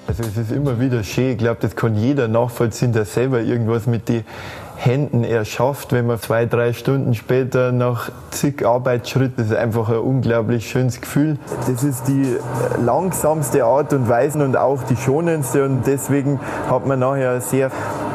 Also es ist immer wieder schön, ich glaube, das kann jeder nachvollziehen, der selber irgendwas mit den Händen erschafft, wenn man 2-3 Stunden später nach zig Arbeitsschritten, das ist einfach ein unglaublich schönes Gefühl. Das ist die langsamste Art und Weise und auch die schonendste und deswegen hat man nachher sehr,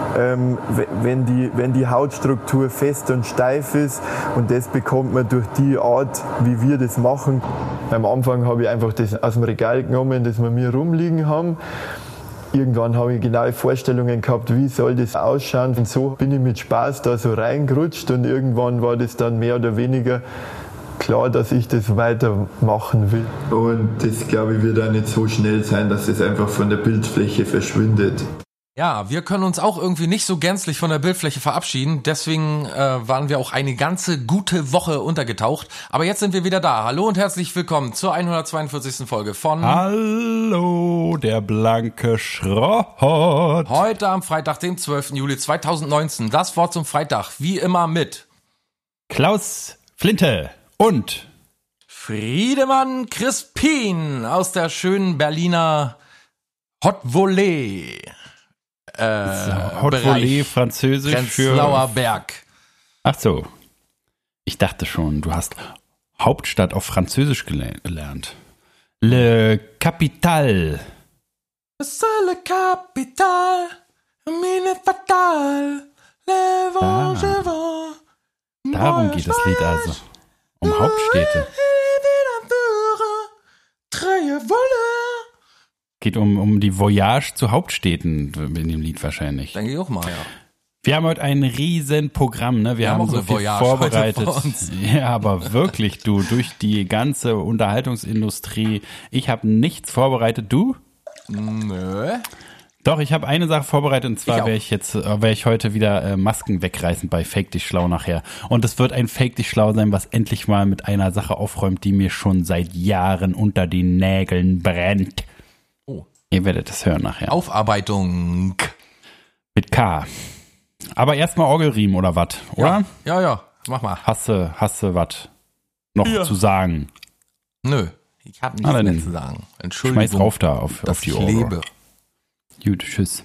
wenn die Hautstruktur fest und steif ist und das bekommt man durch die Art, wie wir das machen. Am Anfang habe ich einfach das aus dem Regal genommen, das wir mir rumliegen haben. Irgendwann habe ich genaue Vorstellungen gehabt, wie soll das ausschauen. Und so bin ich mit Spaß da so reingerutscht und irgendwann war das dann mehr oder weniger klar, dass ich das weitermachen will. Und das, glaube ich, wird auch nicht so schnell sein, dass es einfach von der Bildfläche verschwindet. Ja, wir können uns auch irgendwie nicht so gänzlich von der Bildfläche verabschieden. Deswegen waren wir auch eine ganze gute Woche untergetaucht. Aber jetzt sind wir wieder da. Hallo und herzlich willkommen zur 142. Folge von Hallo, der blanke Schrott. Heute am Freitag, dem 12. Juli 2019. Das Wort zum Freitag, wie immer mit Klaus Flinte und Friedemann Crispin aus der schönen Berliner Hot Volley. Hot Volley, französisch Prenzlauer Berg. Ach so. Ich dachte schon, du hast Hauptstadt auf Französisch gelernt. Le Capital. C'est le Capital, mine fatal, le vent, je vent. Darum geht das Lied also. Um Hauptstädte. Geht um die Voyage zu Hauptstädten in dem Lied wahrscheinlich. Denke ich auch mal, ja. Wir haben heute ein riesen Programm, ne? Wir haben so viel vorbereitet. Ja, aber wirklich, du, durch die ganze Unterhaltungsindustrie. Ich habe nichts vorbereitet. Du? Nö. Doch, ich habe eine Sache vorbereitet und zwar werde ich heute wieder Masken wegreißen bei Fake dich schlau nachher. Und es wird ein Fake dich schlau sein, was endlich mal mit einer Sache aufräumt, die mir schon seit Jahren unter den Nägeln brennt. Oh. Ihr werdet es hören nachher. Aufarbeitung. Mit K. Aber erstmal Orgelriemen oder was, oder? Ja, mach mal. Hast du was noch zu sagen? Nö, ich habe nichts mehr zu sagen. Entschuldigung. Schmeiß rauf da auf die Ohren. Ich lebe. Gut, tschüss.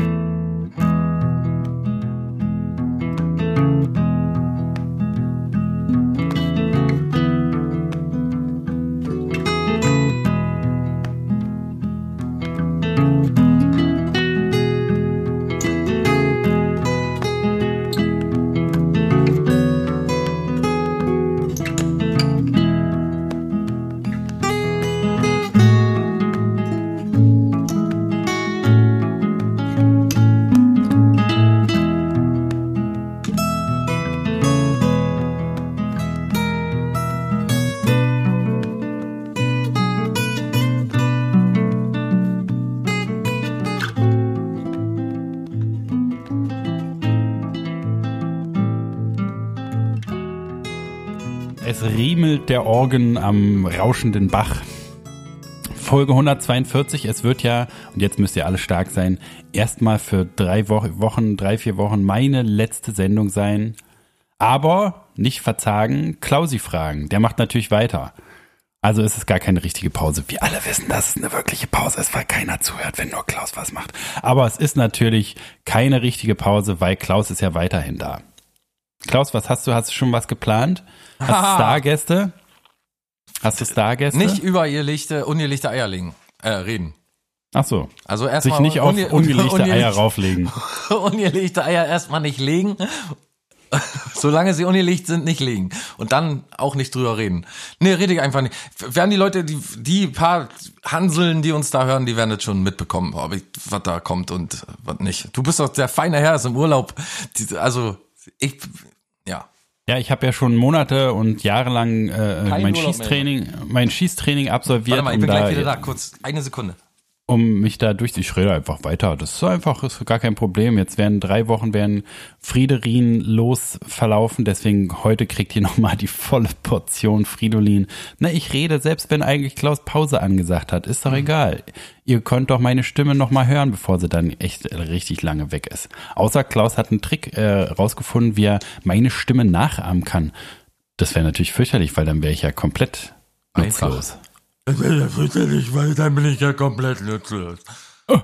Es riemelt der Orgen am rauschenden Bach. Folge 142, es wird ja, und jetzt müsst ihr alle stark sein, erstmal für 3-4 Wochen meine letzte Sendung sein. Aber nicht verzagen, Klausi fragen, der macht natürlich weiter. Also ist es gar keine richtige Pause. Wir alle wissen, dass es eine wirkliche Pause ist, weil keiner zuhört, wenn nur Klaus was macht. Aber es ist natürlich keine richtige Pause, weil Klaus ist ja weiterhin da. Klaus, was hast du? Hast du schon was geplant? Hast du Stargäste? Hast du Stargäste? Nicht über ungelichte Eier reden. Ach so. Also erstmal sich nicht auf ungelichte Eier rauflegen. Ungelichte Eier erstmal nicht legen. Solange sie ungelicht sind, nicht legen. Und dann auch nicht drüber reden. Nee, rede ich einfach nicht. Werden die Leute, die paar Hanseln, die uns da hören, die werden das schon mitbekommen, was da kommt und was nicht. Du bist doch der feine Herr, ist im Urlaub. Ja, ich habe ja schon Monate und Jahre lang mein Schießtraining absolviert. Warte mal, ich bin gleich wieder da, kurz, eine Sekunde. Um mich da ich rede einfach weiter. Das ist gar kein Problem. Jetzt werden 3 Wochen Fridolin los verlaufen. Deswegen heute kriegt ihr nochmal die volle Portion Fridolin. Na, ich rede, selbst wenn eigentlich Klaus Pause angesagt hat. Ist doch egal. Ihr könnt doch meine Stimme nochmal hören, bevor sie dann echt richtig lange weg ist. Außer Klaus hat einen Trick rausgefunden, wie er meine Stimme nachahmen kann. Das wäre natürlich fürchterlich, weil dann wäre ich ja komplett nutzlos. Das wäre ja fürchterlich, weil dann bin ich ja komplett nutzlos.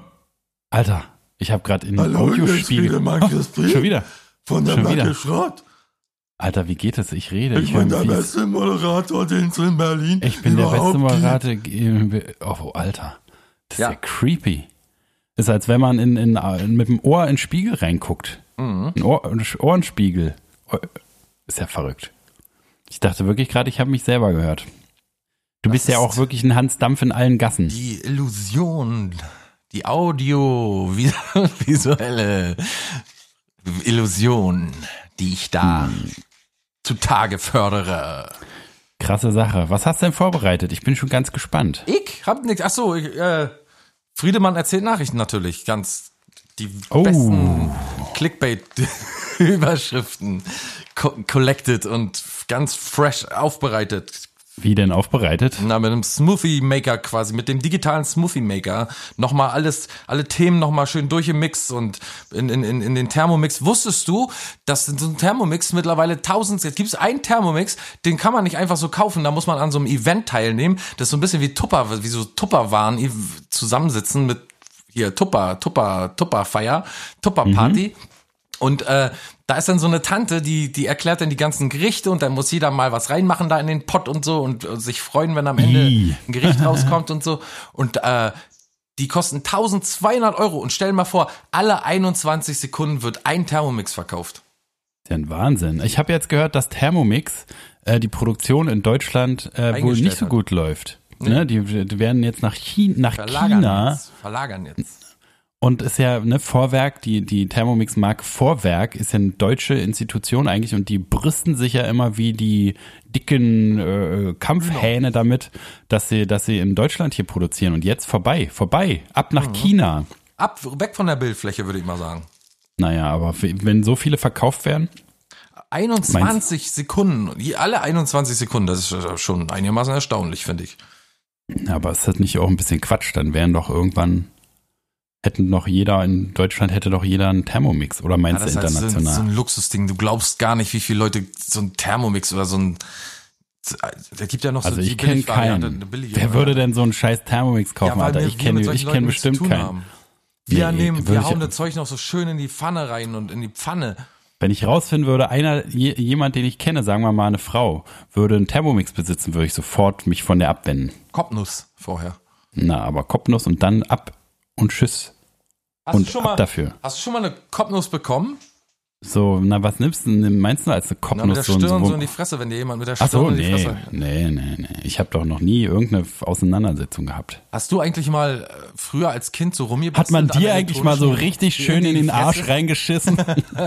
Alter, ich habe gerade in den Audiospiegel... schon wieder. Von der Backe Schrott. Alter, wie geht es? Ich rede. Ich bin der beste Moderator, den es in Berlin Ich bin der beste Moderator. Oh, Alter. Das ist ja creepy. Das ist, als wenn man mit dem Ohr in den Spiegel reinguckt. Ein Ohrenspiegel. Ist ja verrückt. Ich dachte wirklich gerade, ich habe mich selber gehört. Du bist ja auch wirklich ein Hans Dampf in allen Gassen. Die Illusion, die audiovisuelle Illusion, die ich da zutage fördere. Krasse Sache. Was hast du denn vorbereitet? Ich bin schon ganz gespannt. Ich hab nichts. Achso, Friedemann erzählt Nachrichten natürlich. Ganz die besten Clickbait-Überschriften collected und ganz fresh aufbereitet. Wie denn aufbereitet? Na, mit einem Smoothie Maker quasi, mit dem digitalen Smoothie Maker. Nochmal alle Themen nochmal schön durchgemixt und in den Thermomix. Wusstest du, dass in so einem Thermomix mittlerweile jetzt gibt es einen Thermomix, den kann man nicht einfach so kaufen, da muss man an so einem Event teilnehmen. Das ist so ein bisschen wie so Tupperwaren zusammensitzen mit hier Tupperfeier, Tupperparty. Und da ist dann so eine Tante, die erklärt dann die ganzen Gerichte und dann muss jeder mal was reinmachen da in den Pott und so und sich freuen, wenn am Ende ein Gericht rauskommt und so. Und die kosten 1.200 € und stell dir mal vor, alle 21 Sekunden wird ein Thermomix verkauft. Das ist ja ein Wahnsinn. Ich habe jetzt gehört, dass Thermomix die Produktion in Deutschland wohl nicht so gut läuft. Nee. Ne? Die werden jetzt nach China Verlagern jetzt. Und ist ja, ne, Vorwerk, die Thermomix-Marke Vorwerk ist ja eine deutsche Institution eigentlich und die brüsten sich ja immer wie die dicken Kampfhähne damit, dass sie in Deutschland hier produzieren. Und jetzt vorbei, ab nach China. Weg von der Bildfläche, würde ich mal sagen. Naja, aber wenn so viele verkauft werden? 21 Sekunden, alle 21 Sekunden, das ist schon einigermaßen erstaunlich, finde ich. Aber ist das nicht auch ein bisschen Quatsch? Dann wären doch irgendwann... in Deutschland hätte doch jeder einen Thermomix, oder meinst du international? Das ist so ein Luxusding. Du glaubst gar nicht, wie viele Leute so einen Thermomix oder so ein, da gibt ja noch also so ich kenne keinen. Wer würde denn so einen scheiß Thermomix kaufen, Alter? Ich kenne bestimmt keinen. Wir hauen das Zeug noch so schön in die Pfanne rein und in die Pfanne. Wenn ich rausfinden würde, jemand, den ich kenne, sagen wir mal eine Frau, würde einen Thermomix besitzen, würde ich sofort mich von der abwenden. Kopfnuss vorher. Na, aber Kopfnuss und dann ab und tschüss. Dafür. Hast du schon mal eine Kopfnuss bekommen? So, na, was meinst du als eine Kopfnuss? Mit der Stirn so in die Fresse, wenn dir jemand mit der Stirn in die Fresse... Nee. Ich habe doch noch nie irgendeine Auseinandersetzung gehabt. Hast du eigentlich mal früher als Kind so rumgebastelt? Hat man dir eigentlich mal so richtig schön in den Arsch reingeschissen?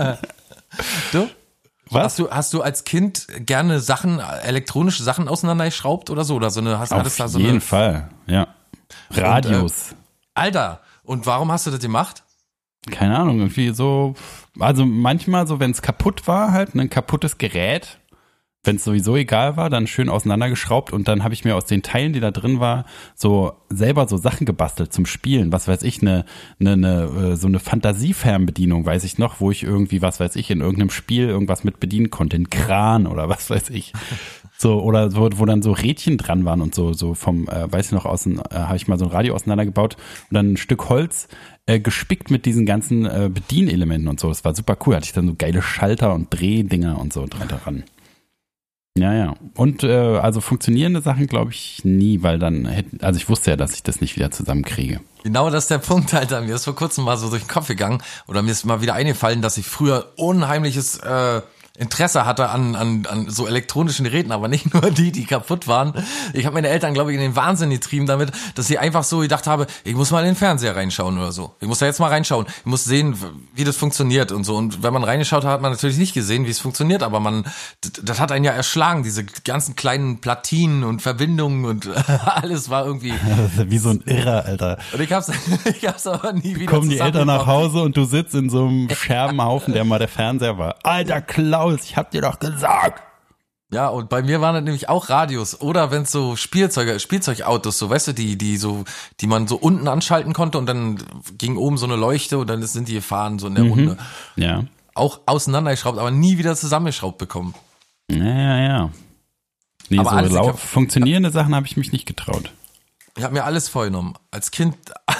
Du? Was? Hast du als Kind gerne elektronische Sachen auseinandergeschraubt oder so? Auf jeden Fall, ja. Radios. Alter, und warum hast du das gemacht? Keine Ahnung, irgendwie so, also manchmal so, wenn es kaputt war, halt ein kaputtes Gerät, wenn es sowieso egal war, dann schön auseinandergeschraubt und dann habe ich mir aus den Teilen, die da drin war, so selber so Sachen gebastelt zum Spielen, was weiß ich, so eine Fantasiefernbedienung, weiß ich noch, wo ich irgendwie, was weiß ich, in irgendeinem Spiel irgendwas mit bedienen konnte, einen Kran oder was weiß ich. So, oder wo dann so Rädchen dran waren und so vom, weiß ich noch, habe ich mal so ein Radio auseinandergebaut und dann ein Stück Holz gespickt mit diesen ganzen Bedienelementen und so. Das war super cool. Hatte ich dann so geile Schalter und Drehdinger und so dran. Ja. Und also funktionierende Sachen glaube ich nie, weil also ich wusste ja, dass ich das nicht wieder zusammenkriege. Genau, das ist der Punkt, Alter. Mir ist vor kurzem mal so durch den Kopf gegangen oder mir ist mal wieder eingefallen, dass ich früher unheimliches Interesse hatte an so elektronischen Geräten, aber nicht nur die kaputt waren. Ich habe meine Eltern, glaube ich, in den Wahnsinn getrieben damit, dass ich einfach so gedacht habe, ich muss mal in den Fernseher reinschauen oder so. Ich muss da jetzt mal reinschauen. Ich muss sehen, wie das funktioniert und so. Und wenn man reingeschaut hat, hat man natürlich nicht gesehen, wie es funktioniert, aber das hat einen ja erschlagen, diese ganzen kleinen Platinen und Verbindungen und alles war irgendwie... Wie so ein Irrer, Alter. Und ich hab's aber nie wieder kommen die Eltern nach Hause und du sitzt in so einem Scherbenhaufen, der mal der Fernseher war. Alter Klaus, ich hab dir doch gesagt. Ja, und bei mir waren das nämlich auch Radios oder wenn es so Spielzeugautos, so weißt du, die man so unten anschalten konnte und dann ging oben so eine Leuchte und dann sind die gefahren so in der Runde. Ja. Auch auseinandergeschraubt, aber nie wieder zusammengeschraubt bekommen. Ja. Nee, aber so funktionierende Sachen habe ich mich nicht getraut. Ich habe mir alles vorgenommen. Als Kind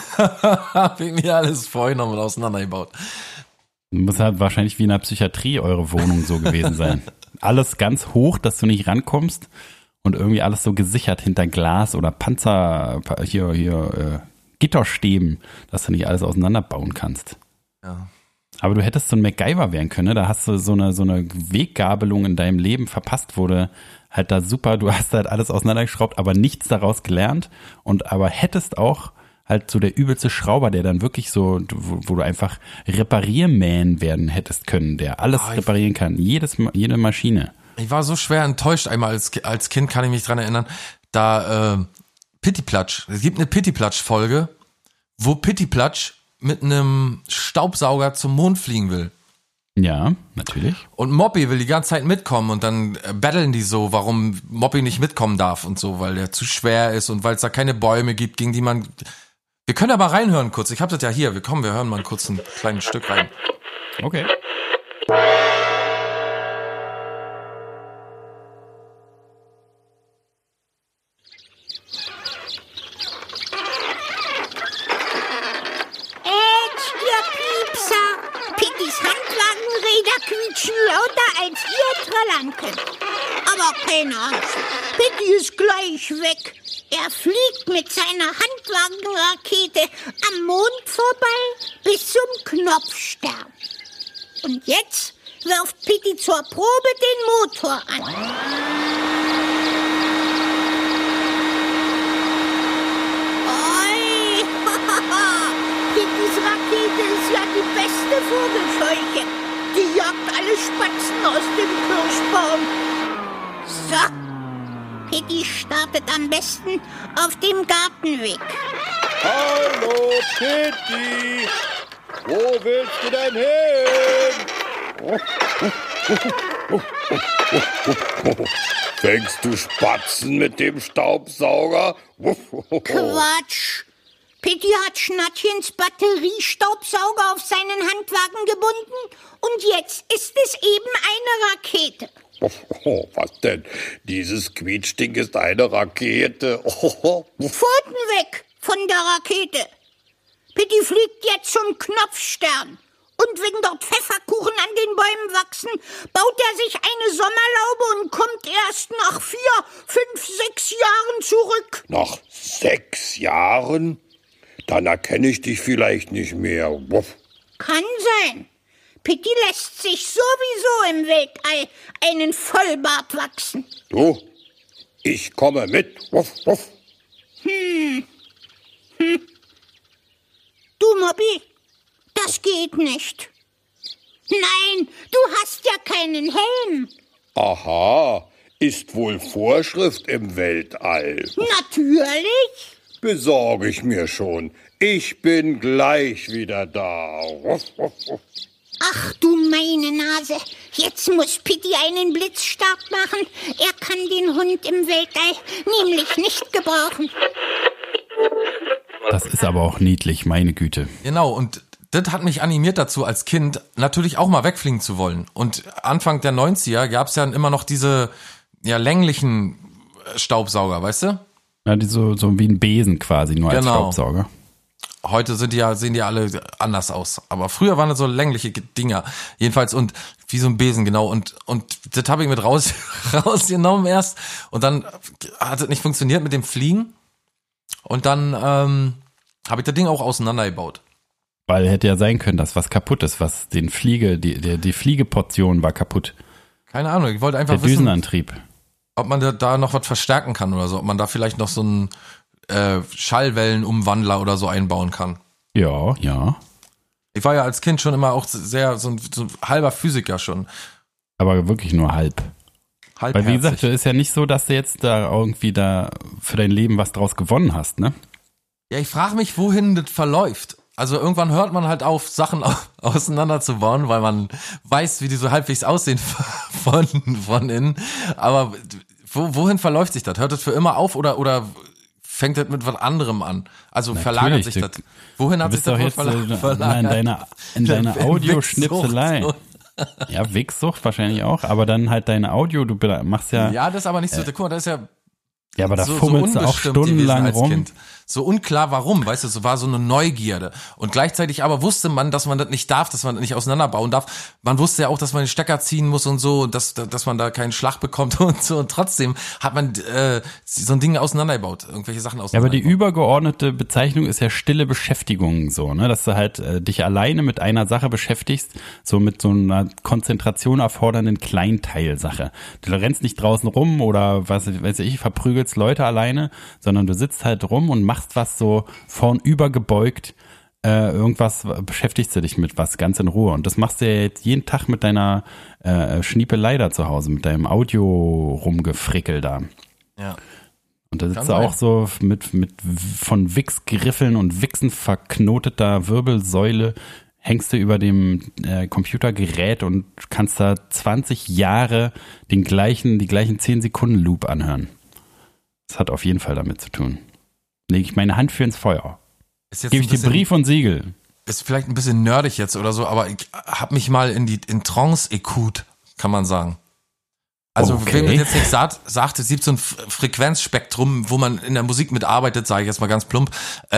Hab ich mir alles vorgenommen und auseinandergebaut. Muss halt wahrscheinlich wie in der Psychiatrie eure Wohnung so gewesen sein. Alles ganz hoch, dass du nicht rankommst und irgendwie alles so gesichert hinter Glas oder Panzer, Gitterstäben, dass du nicht alles auseinanderbauen kannst. Ja. Aber du hättest so ein MacGyver werden können, ne? Da hast du so eine Weggabelung in deinem Leben verpasst, wurde halt da super, du hast halt alles auseinandergeschraubt, aber nichts daraus gelernt und aber hättest auch halt so der übelste Schrauber, der dann wirklich so, wo du einfach Reparierman werden hättest können, der alles reparieren kann, jede Maschine. Ich war so schwer enttäuscht einmal als Kind, kann ich mich dran erinnern, da Pittiplatsch, es gibt eine Pittiplatsch-Folge, wo Pittiplatsch mit einem Staubsauger zum Mond fliegen will. Ja, natürlich. Und Moppy will die ganze Zeit mitkommen und dann battlen die so, warum Moppy nicht mitkommen darf und so, weil der zu schwer ist und weil es da keine Bäume gibt, gegen die man... Wir können aber reinhören kurz, ich hab das ja hier, wir hören mal kurz ein kleines Stück rein. Okay. Quietschen lauter als ihr trällern könnt. Aber keine Angst, Pitti ist gleich weg. Er fliegt mit seiner Handwagenrakete am Mond vorbei bis zum Knopfstern. Und jetzt wirft Pitti zur Probe den Motor an. Oi, Pittis Rakete ist ja die beste Vogelscheuche. Die jagt alle Spatzen aus dem Kirschbaum. So, Pitti startet am besten auf dem Gartenweg. Hallo, Pitti! Wo willst du denn hin? Fängst du Spatzen mit dem Staubsauger? Quatsch! Pitti hat Schnattchens Batteriestaubsauger auf seinen Handwagen gebunden und jetzt ist es eben eine Rakete. Oh, was denn? Dieses Quietschding ist eine Rakete. Pfoten weg von der Rakete. Pitti fliegt jetzt zum Knopfstern. Und wenn dort Pfefferkuchen an den Bäumen wachsen, baut er sich eine Sommerlaube und kommt erst nach 4, 5, 6 Jahren zurück. Nach 6 Jahren? Dann erkenne ich dich vielleicht nicht mehr. Kann sein. Pitti lässt sich sowieso im Weltall einen Vollbart wachsen. Du, ich komme mit. Du, Moppy, das geht nicht. Nein, du hast ja keinen Helm. Aha, ist wohl Vorschrift im Weltall. Natürlich. Besorge ich mir schon. Ich bin gleich wieder da. Ach du meine Nase, jetzt muss Pitti einen Blitzstart machen. Er kann den Hund im Weltall nämlich nicht gebrauchen. Das ist aber auch niedlich, meine Güte. Genau, und das hat mich animiert dazu, als Kind natürlich auch mal wegfliegen zu wollen. Und Anfang der 90er gab es ja immer noch diese länglichen Staubsauger, weißt du? Ja, die so wie ein Besen quasi, nur als Genau. Staubsauger. Heute sehen die alle anders aus. Aber früher waren das so längliche Dinger. Jedenfalls und wie so ein Besen, genau. Und das habe ich mit rausgenommen erst. Und dann hat es nicht funktioniert mit dem Fliegen. Und dann habe ich das Ding auch auseinandergebaut. Weil hätte ja sein können, dass was kaputt ist, was die Fliegeportion war kaputt. Keine Ahnung, ich wollte einfach Der wissen, Düsenantrieb. ob man da noch was verstärken kann oder so. Ob man da vielleicht noch so einen Schallwellenumwandler oder so einbauen kann. Ja, ja. Ich war ja als Kind schon immer auch sehr so ein halber Physiker schon. Aber wirklich nur halb. Weil Halbherzig. wie gesagt, es ist ja nicht so, dass du jetzt da irgendwie da für dein Leben was draus gewonnen hast, ne? Ja, ich frage mich, wohin das verläuft. Also irgendwann hört man halt auf, Sachen auseinanderzubauen, weil man weiß, wie die so halbwegs aussehen von innen. Aber wohin verläuft sich das? Hört das für immer auf oder fängt das mit was anderem an? Also verlagert sich das? Wohin hat sich das wohl verlagert? In deiner Audioschnipselei. Ja, Wichssucht wahrscheinlich auch, aber dann halt deine Audio, du machst ja... Ja, das ist aber nicht so, guck mal, das ist ja... Ja, aber da so fummelst du auch unbestimmt stundenlang gewesen als rum. Kind. so unklar warum, weißt du, so war so eine Neugierde. Und gleichzeitig aber wusste man, dass man das nicht darf, dass man das nicht auseinanderbauen darf. Man wusste ja auch, dass man den Stecker ziehen muss und so, dass man da keinen Schlag bekommt und so. Und trotzdem hat man so ein Ding auseinandergebaut, irgendwelche Sachen auseinandergebaut. Ja, aber die übergeordnete Bezeichnung ist ja stille Beschäftigung so, ne, dass du halt dich alleine mit einer Sache beschäftigst, so mit so einer Konzentration erfordernden Kleinteilsache. Du rennst nicht draußen rum oder weiß ich, verprügelst Leute alleine, sondern du sitzt halt rum und machst was so vornüber gebeugt, irgendwas beschäftigst du dich mit was ganz in Ruhe. Und das machst du ja jetzt jeden Tag mit deiner Schniepelei da zu Hause, mit deinem Audio-Rumgefrickel da. Ja. Und da sitzt du auch so mit von Wichsgriffeln und Wichsen verknoteter Wirbelsäule, hängst du über dem Computergerät und kannst da 20 Jahre die gleichen 10-Sekunden-Loop anhören. Das hat auf jeden Fall damit zu tun. Lege ich meine Hand für ins Feuer. Gebe ich dir Brief und Siegel. Ist vielleicht ein bisschen nerdig jetzt oder so, aber ich habe mich mal in Trance ekut, kann man sagen. Also okay. Wem das jetzt nicht sagt, es gibt so ein Frequenzspektrum, wo man in der Musik mitarbeitet, sage ich jetzt mal ganz plump,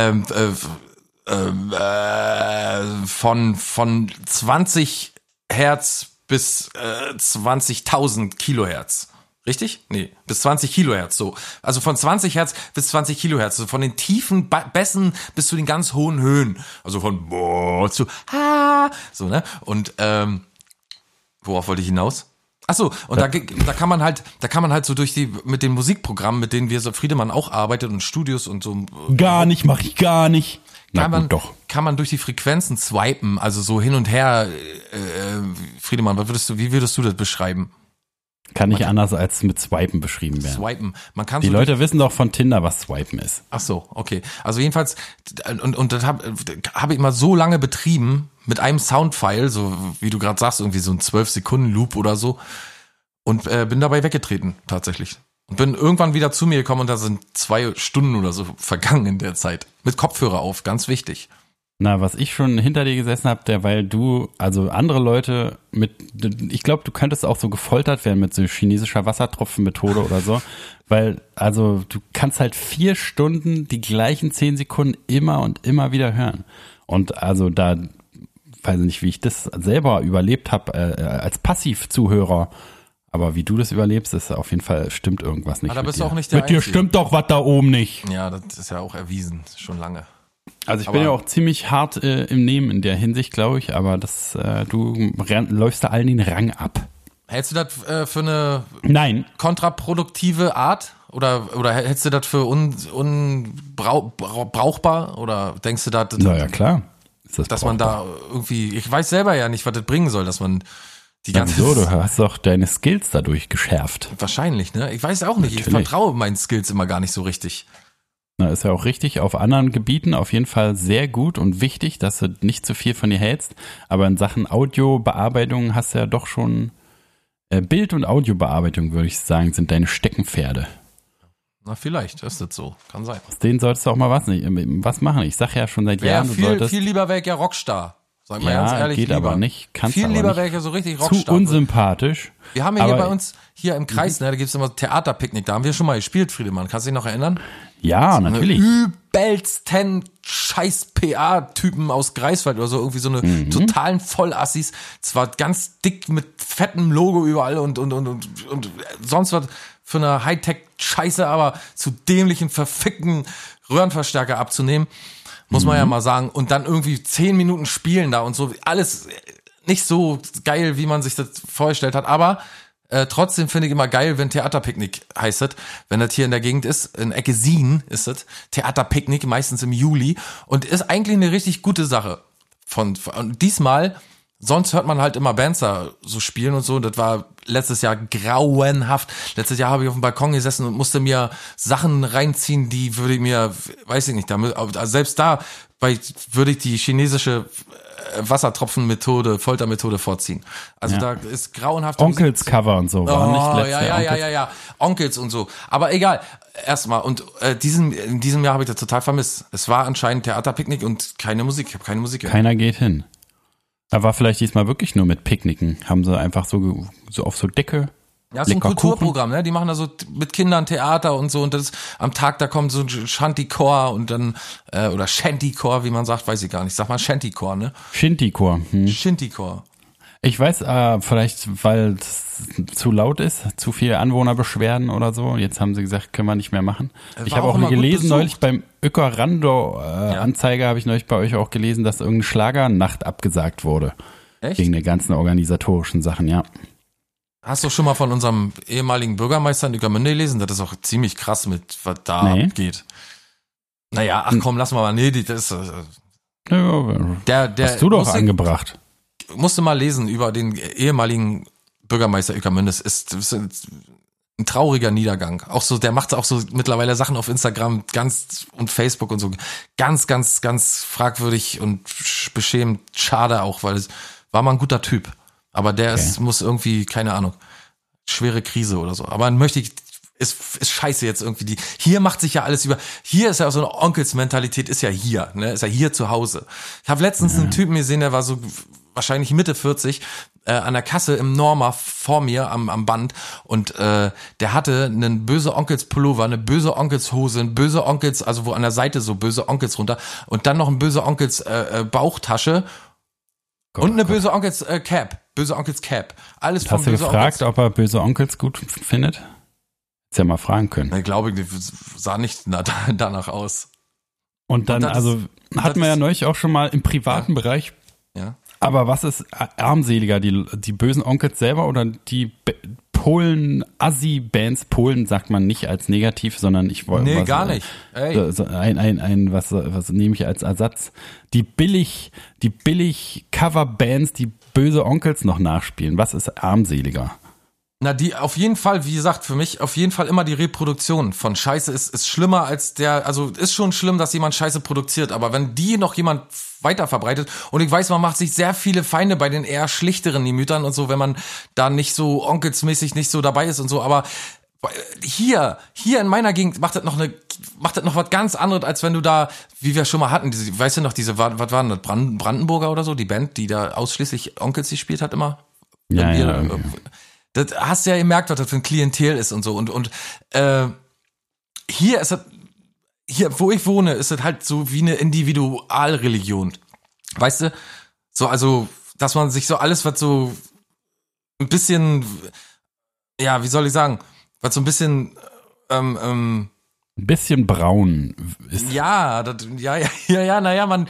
von 20 Hertz bis 20.000 Kilohertz. Richtig? Nee, bis 20 Kilohertz, so. Also von 20 Hertz bis 20 Kilohertz, so von den tiefen Bässen bis zu den ganz hohen Höhen. Also von boah zu ha, so, ne? Und worauf wollte ich hinaus? Ach so, und da kann man halt so mit den Musikprogrammen, mit denen wir so Friedemann auch arbeitet und Studios und so. Mach ich gar nicht. Kann man durch die Frequenzen swipen, also so hin und her, Friedemann, wie würdest du das beschreiben? Kann nicht anders als mit Swipen beschrieben werden. Swipen. Man kann die so Leute wissen doch von Tinder, was Swipen ist. Ach so, okay. Also jedenfalls, und das hab ich mal so lange betrieben, mit einem Soundfile, so wie du gerade sagst, irgendwie so ein 12-Sekunden-Loop oder so, und bin dabei weggetreten, tatsächlich. Und bin irgendwann wieder zu mir gekommen und da sind 2 Stunden oder so vergangen in der Zeit. Mit Kopfhörer auf, ganz wichtig. Na, was ich schon hinter dir gesessen habe, weil du, also andere Leute ich glaube, du könntest auch so gefoltert werden mit so chinesischer Wassertropfenmethode oder so, weil, also du kannst halt 4 Stunden die gleichen 10 Sekunden immer und immer wieder hören. Und also da, weiß ich nicht, wie ich das selber überlebt habe als Passivzuhörer, aber wie du das überlebst, ist auf jeden Fall, stimmt irgendwas nicht. Aber da bist du auch nicht der Einzige. Mit dir stimmt doch was da oben nicht. Ja, das ist ja auch erwiesen, schon lange. Also ich bin ja auch ziemlich hart im Nehmen in der Hinsicht, glaube ich, aber du läufst da allen den Rang ab. Hältst du das für eine kontraproduktive Art? Oder hältst du das für unbrauchbar? Oder denkst du da, naja, klar. Dass man da irgendwie, ich weiß selber ja nicht, was das bringen soll, dass man die ganze Wieso? Du hast doch deine Skills dadurch geschärft. Wahrscheinlich, ne? Ich weiß auch nicht. Natürlich. Ich vertraue meinen Skills immer gar nicht so richtig. Na, ist ja auch richtig. Auf anderen Gebieten auf jeden Fall sehr gut und wichtig, dass du nicht zu viel von dir hältst. Aber in Sachen Audiobearbeitung hast du ja doch schon Bild- und Audiobearbeitung, würde ich sagen, sind deine Steckenpferde. Na, vielleicht ist das so. Kann sein. Aus denen solltest du auch mal was machen. Ich sage ja schon seit Jahren, du solltest... Viel lieber wäre ich ja Rockstar. Sag mal ja, ganz ehrlich, geht lieber. Aber nicht. Kannst viel aber lieber nicht. wäre ich ja so richtig Rockstar. Zu unsympathisch. Wir haben ja hier bei uns, hier im Kreis, ne, da gibt's immer Theaterpicknick. Da haben wir schon mal gespielt, Friedemann. Kannst du dich noch erinnern? Ja, so natürlich. Übelsten scheiß PA-Typen aus Greifswald oder so. Irgendwie so eine totalen Vollassis. Zwar ganz dick mit fettem Logo überall und sonst was für eine Hightech-Scheiße, aber zu dämlichen, verfickten Röhrenverstärker abzunehmen. Muss man ja mal sagen. Und dann irgendwie 10 Minuten spielen da und so. Alles nicht so geil, wie man sich das vorgestellt hat. Aber trotzdem finde ich immer geil, wenn Theaterpicknick heißt das. Wenn das hier in der Gegend ist, in Ecke Sien ist das. Theaterpicknick, meistens im Juli. Und ist eigentlich eine richtig gute Sache. Und diesmal, sonst hört man halt immer Bands da so spielen und so. Das war letztes Jahr grauenhaft. Letztes Jahr habe ich auf dem Balkon gesessen und musste mir Sachen reinziehen, die würde ich mir, weiß ich nicht, damit, also selbst da würde ich die chinesische Wassertropfenmethode, Foltermethode vorziehen. Also da ist grauenhaft. Onkels Cover und so waren nicht letztes Jahr. Ja. Onkels und so. Aber egal. Erstmal. Und in diesem Jahr habe ich das total vermisst. Es war anscheinend Theaterpicknick und keine Musik. Ich habe keine Musik gehört. Keiner geht hin. Da war vielleicht diesmal wirklich nur mit Picknicken. Haben sie einfach so auf so Decke Ja, so ein lecker Kulturprogramm, ne? Die machen da so mit Kindern Theater und so und das am Tag, da kommt so ein Shantycore und dann, oder Shantycore, wie man sagt, weiß ich gar nicht. Sag mal Shantycore, ne? Shintycore. Shintycore. Ich weiß, vielleicht, weil es zu laut ist, zu viele Anwohnerbeschwerden oder so. Jetzt haben sie gesagt, können wir nicht mehr machen. Ich habe auch gelesen, neulich beim Ökorando-Anzeiger habe ich neulich bei euch auch gelesen, dass irgendeine Schlagernacht abgesagt wurde. Echt? Wegen der ganzen organisatorischen Sachen, ja. Hast du schon mal von unserem ehemaligen Bürgermeister in Ueckermünde gelesen? Das ist auch ziemlich krass mit, was da abgeht. Naja, ach komm, lass mal. Nee, das ist, der hast du doch angebracht. Musste mal lesen über den ehemaligen Bürgermeister Ueckermünde. Das ist ein trauriger Niedergang. Auch so, der macht auch so mittlerweile Sachen auf Instagram und Facebook und so ganz, ganz, ganz fragwürdig und beschämend. Schade auch, weil es war mal ein guter Typ. Aber der muss irgendwie, keine Ahnung, schwere Krise oder so. Aber ist scheiße jetzt irgendwie. Hier macht sich ja alles hier ist ja so eine Onkelsmentalität, ist ja hier, ne, ist ja hier zu Hause. Ich habe letztens einen Typen gesehen, der war so wahrscheinlich Mitte 40, an der Kasse im Norma vor mir am Band und der hatte einen böse Onkels Pullover, eine böse Onkels Hose, ein böse Onkels, also wo an der Seite so böse Onkels runter und dann noch ein böse Onkels Bauchtasche. Und eine böse Onkels Cap. Böse Onkels Cap. Alles von böse Onkels. Hast du gefragt, ob er böse Onkels gut findet? Hättest ja mal fragen können. Ich glaube, die sah nicht danach aus. Und dann, also hatten wir ja neulich auch schon mal im privaten Bereich. Ja. Aber was ist armseliger, die bösen Onkels selber oder die Polen, Assi-Bands? Polen sagt man nicht als negativ, sondern ich wollte. Nee, gar nicht. Ey. Was nehme ich als Ersatz? Die billig Cover-Bands, die böse Onkels noch nachspielen. Was ist armseliger? Na, die auf jeden Fall, wie gesagt, für mich auf jeden Fall immer die Reproduktion von Scheiße ist schlimmer als also ist schon schlimm, dass jemand Scheiße produziert, aber wenn die noch jemand weiter verbreitet und ich weiß, man macht sich sehr viele Feinde bei den eher schlichteren Gemütern und so, wenn man da nicht so onkelsmäßig nicht so dabei ist und so, aber hier in meiner Gegend macht das noch was ganz anderes, als wenn du da, wie wir schon mal hatten, weißt du noch, was waren das, Brandenburger oder so, die Band, die da ausschließlich Onkels gespielt hat immer? Ja. Das hast du ja gemerkt, was das für ein Klientel ist und so. Und hier ist das, hier, wo ich wohne, ist das halt so wie eine Individualreligion. Weißt du? So, also, dass man sich so alles, was so ein bisschen, ja, wie soll ich sagen, was so ein bisschen, ein bisschen braun ist. Ja, naja, man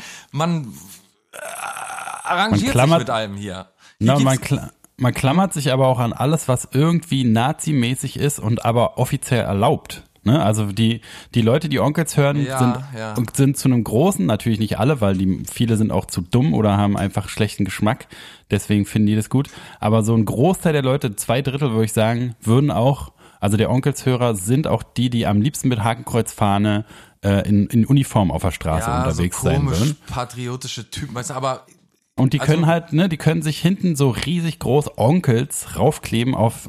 arrangiert sich mit allem hier. Man klammert sich aber auch an alles, was irgendwie nazimäßig ist und aber offiziell erlaubt. Ne? Also die Leute, die Onkels hören, sind zu einem großen, natürlich nicht alle, weil viele sind auch zu dumm oder haben einfach schlechten Geschmack. Deswegen finden die das gut. Aber so ein Großteil der Leute, 2/3 würde ich sagen, würden auch, also der Onkelshörer sind auch die am liebsten mit Hakenkreuzfahne in Uniform auf der Straße unterwegs sein würden. Komisch patriotische Typen, weißt du, aber und die können halt, ne, die können sich hinten so riesig groß Onkels raufkleben auf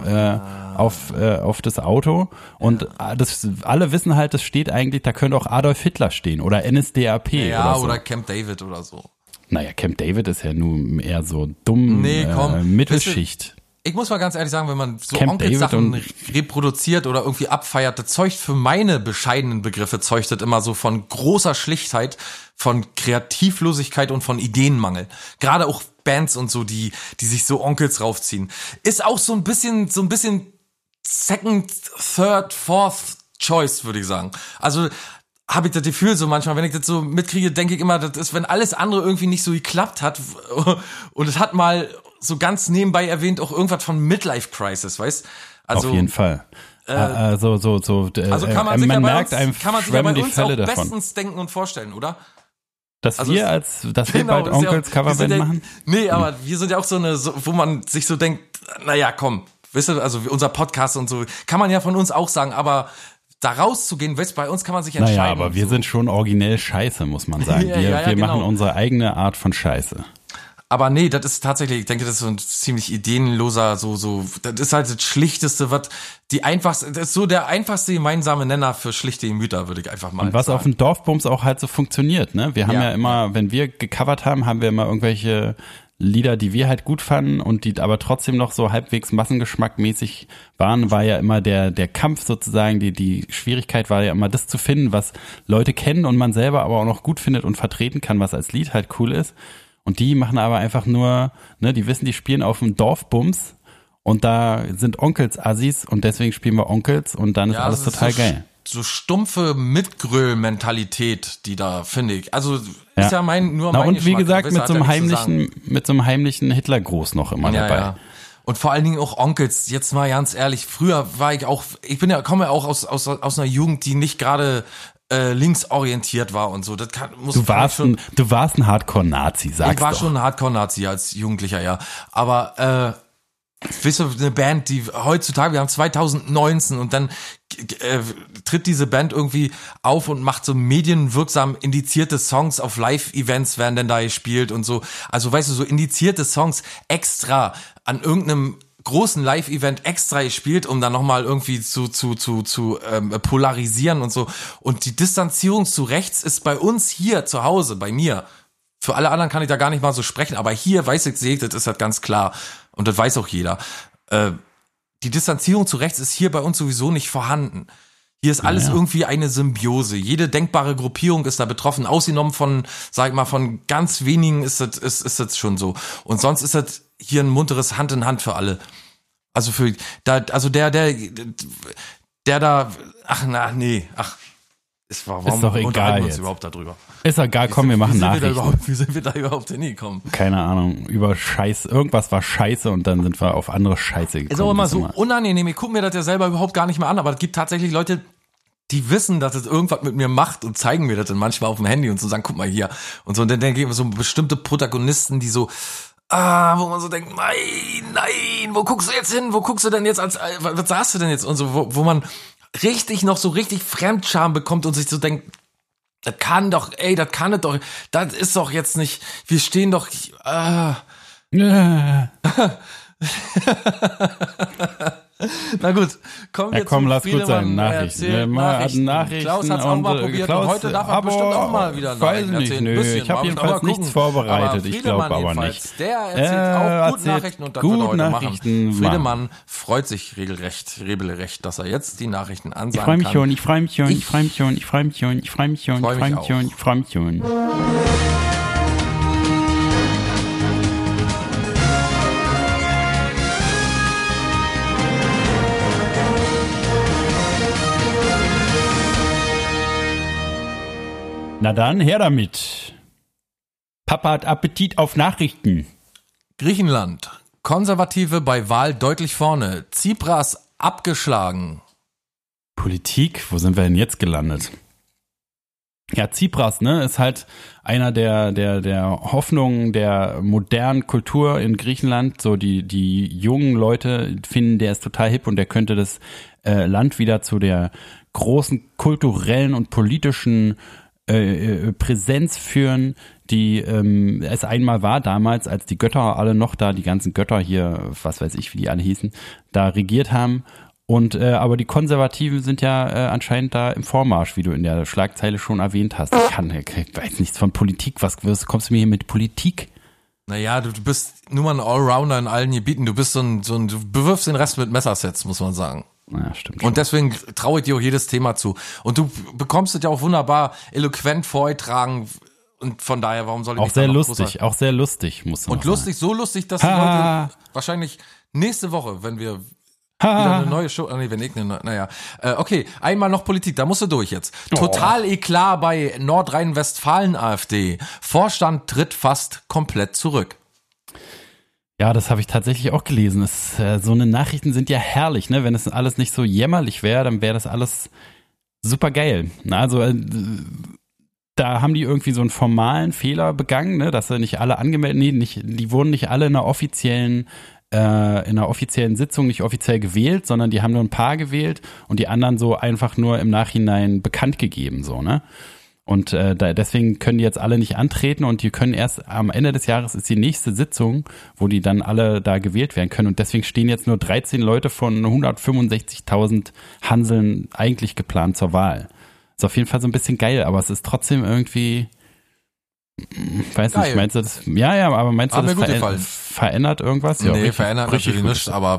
das Auto und alle wissen halt, das steht eigentlich, da könnte auch Adolf Hitler stehen oder NSDAP oder so. Oder Camp David oder so. Naja, Camp David ist ja nun eher so dumm, Mittelschicht. Ich muss mal ganz ehrlich sagen, wenn man so Onkelsachen reproduziert oder irgendwie abfeiert, das zeugt für meine bescheidenen Begriffe, zeugt das immer so von großer Schlichtheit, von Kreativlosigkeit und von Ideenmangel. Gerade auch Bands und so, die sich so Onkels raufziehen. Ist auch so ein bisschen Second, Third, Fourth Choice, würde ich sagen. Also habe ich das Gefühl so manchmal, wenn ich das so mitkriege, denke ich immer, das ist, wenn alles andere irgendwie nicht so geklappt hat und es hat mal so ganz nebenbei erwähnt auch irgendwas von Midlife Crisis, weißt? Also auf jeden Fall. Also kann man sich man ja merkt einem schwemmen die Fälle davon. Bestens denken und vorstellen, oder? Dass wir bald Onkels Coverband machen? Nee, aber wir sind ja auch wo man sich so denkt, naja, komm, wisst ihr, also unser Podcast und so, kann man ja von uns auch sagen, aber da rauszugehen, weißt, bei uns kann man sich entscheiden. Naja, aber wir sind schon originell Scheiße, muss man sagen. Wir machen unsere eigene Art von Scheiße. Aber nee, das ist tatsächlich, ich denke, das ist so ein ziemlich ideenloser, das ist halt das Schlichteste, das ist so der einfachste gemeinsame Nenner für schlichte Gemüter, würde ich einfach mal sagen. Und was auf dem Dorfbums auch halt so funktioniert, ne? Wir haben ja immer, wenn wir gecovert haben, haben wir immer irgendwelche Lieder, die wir halt gut fanden und die aber trotzdem noch so halbwegs massengeschmackmäßig waren, war ja immer der Kampf sozusagen, die Schwierigkeit war ja immer das zu finden, was Leute kennen und man selber aber auch noch gut findet und vertreten kann, was als Lied halt cool ist. Und die machen aber einfach nur, ne, die wissen, die spielen auf dem Dorfbums und da sind Onkels Assis und deswegen spielen wir Onkels und dann ist alles total geil. So stumpfe Mitgröll-Mentalität, die da, finde ich. Also ist ja mein und wie gesagt, mit so einem heimlichen Hitlergruß noch immer dabei. Ja. Und vor allen Dingen auch Onkels, jetzt mal ganz ehrlich, früher war ich auch, komme ja auch aus einer Jugend, die nicht gerade linksorientiert war und so. Das du warst ein Hardcore-Nazi, sagst du. Ich war schon ein Hardcore-Nazi als Jugendlicher, ja. Aber weißt du, eine Band, die heutzutage, wir haben 2019 und dann tritt diese Band irgendwie auf und macht so medienwirksam indizierte Songs auf Live-Events, werden denn da gespielt und so. Also weißt du, so indizierte Songs extra an irgendeinem großen Live-Event extra gespielt, um dann nochmal irgendwie zu polarisieren und so. Und die Distanzierung zu rechts ist bei uns hier zu Hause, bei mir. Für alle anderen kann ich da gar nicht mal so sprechen, aber hier weiß ich, das ist halt ganz klar. Und das weiß auch jeder. Die Distanzierung zu rechts ist hier bei uns sowieso nicht vorhanden. Hier ist alles irgendwie eine Symbiose. Jede denkbare Gruppierung ist da betroffen. Ausgenommen von, sag ich mal, von ganz wenigen ist das schon so. Und sonst ist das hier ein munteres Hand in Hand für alle. Also warum ist doch egal uns jetzt. Überhaupt darüber? Ist doch egal, komm, wir machen Nachrichten. Wie sind wir da überhaupt hingekommen? Keine Ahnung, über Scheiße, irgendwas war Scheiße und dann sind wir auf andere Scheiße gekommen. Ist auch immer so unangenehm, ich gucke mir das ja selber überhaupt gar nicht mehr an, aber es gibt tatsächlich Leute, die wissen, dass es irgendwas mit mir macht und zeigen mir das dann manchmal auf dem Handy und so sagen, guck mal hier. Und so, und dann denke ich so bestimmte Protagonisten, die so, wo man so denkt, nein, wo guckst du jetzt hin? Wo guckst du denn jetzt was sagst du denn jetzt? Und so, wo man richtig Fremdscham bekommt und sich so denkt, das kann es doch, das ist doch jetzt nicht, wir stehen doch, Na gut, kommen wir komm, lass gut sein, Nachrichten. Klaus hat's auch mal probiert und heute darf er bestimmt auch mal wieder Nachrichten erzählen. Ich habe jedenfalls nichts vorbereitet, ich glaube aber nicht. Der erzählt auch gute Nachrichten und das wird er heute machen. Friedemann freut sich regelrecht, dass er jetzt die Nachrichten ansagen kann. Ich freue mich schon. Na dann, her damit. Papa hat Appetit auf Nachrichten. Griechenland. Konservative bei Wahl deutlich vorne. Tsipras abgeschlagen. Politik, wo sind wir denn jetzt gelandet? Ja, Tsipras, ne, ist halt einer der Hoffnungen der modernen Kultur in Griechenland. So die jungen Leute finden, der ist total hip und der könnte das Land wieder zu der großen kulturellen und politischen Präsenz führen, die es einmal war damals, als die Götter alle noch da, die ganzen Götter hier, was weiß ich, wie die alle hießen, da regiert haben. Und aber die Konservativen sind ja anscheinend da im Vormarsch, wie du in der Schlagzeile schon erwähnt hast. Ich weiß nichts von Politik. Was kommst du mir hier mit Politik? Naja, du bist nur mal ein Allrounder in allen Gebieten. Du bist du bewirfst den Rest mit Messersets, muss man sagen. Ja, stimmt schon. Und deswegen traue ich dir auch jedes Thema zu. Und du bekommst es ja auch wunderbar eloquent vorgetragen. Und von daher, warum soll ich auch sehr lustig, muss man sagen. Und so lustig, dass die Leute wahrscheinlich nächste Woche, wenn wir wieder eine neue Show, okay, einmal noch Politik, da musst du durch jetzt. Total Eklat bei Nordrhein-Westfalen AfD. Vorstand tritt fast komplett zurück. Ja, das habe ich tatsächlich auch gelesen. So eine Nachrichten sind ja herrlich, ne? Wenn es alles nicht so jämmerlich wäre, dann wäre das alles super geil. Also da haben die irgendwie so einen formalen Fehler begangen, ne? Dass sie nicht alle angemeldet, die wurden nicht alle in einer offiziellen Sitzung nicht offiziell gewählt, sondern die haben nur ein paar gewählt und die anderen so einfach nur im Nachhinein bekannt gegeben, so, ne? Und deswegen können die jetzt alle nicht antreten und die können erst am Ende des Jahres ist die nächste Sitzung, wo die dann alle da gewählt werden können. Und deswegen stehen jetzt nur 13 Leute von 165.000 Hanseln eigentlich geplant zur Wahl. Ist auf jeden Fall so ein bisschen geil, aber es ist trotzdem irgendwie, Weiß nicht, meinst du das? Ja, aber meinst du, das verändert irgendwas? Ja, nee, verändert natürlich nichts, aber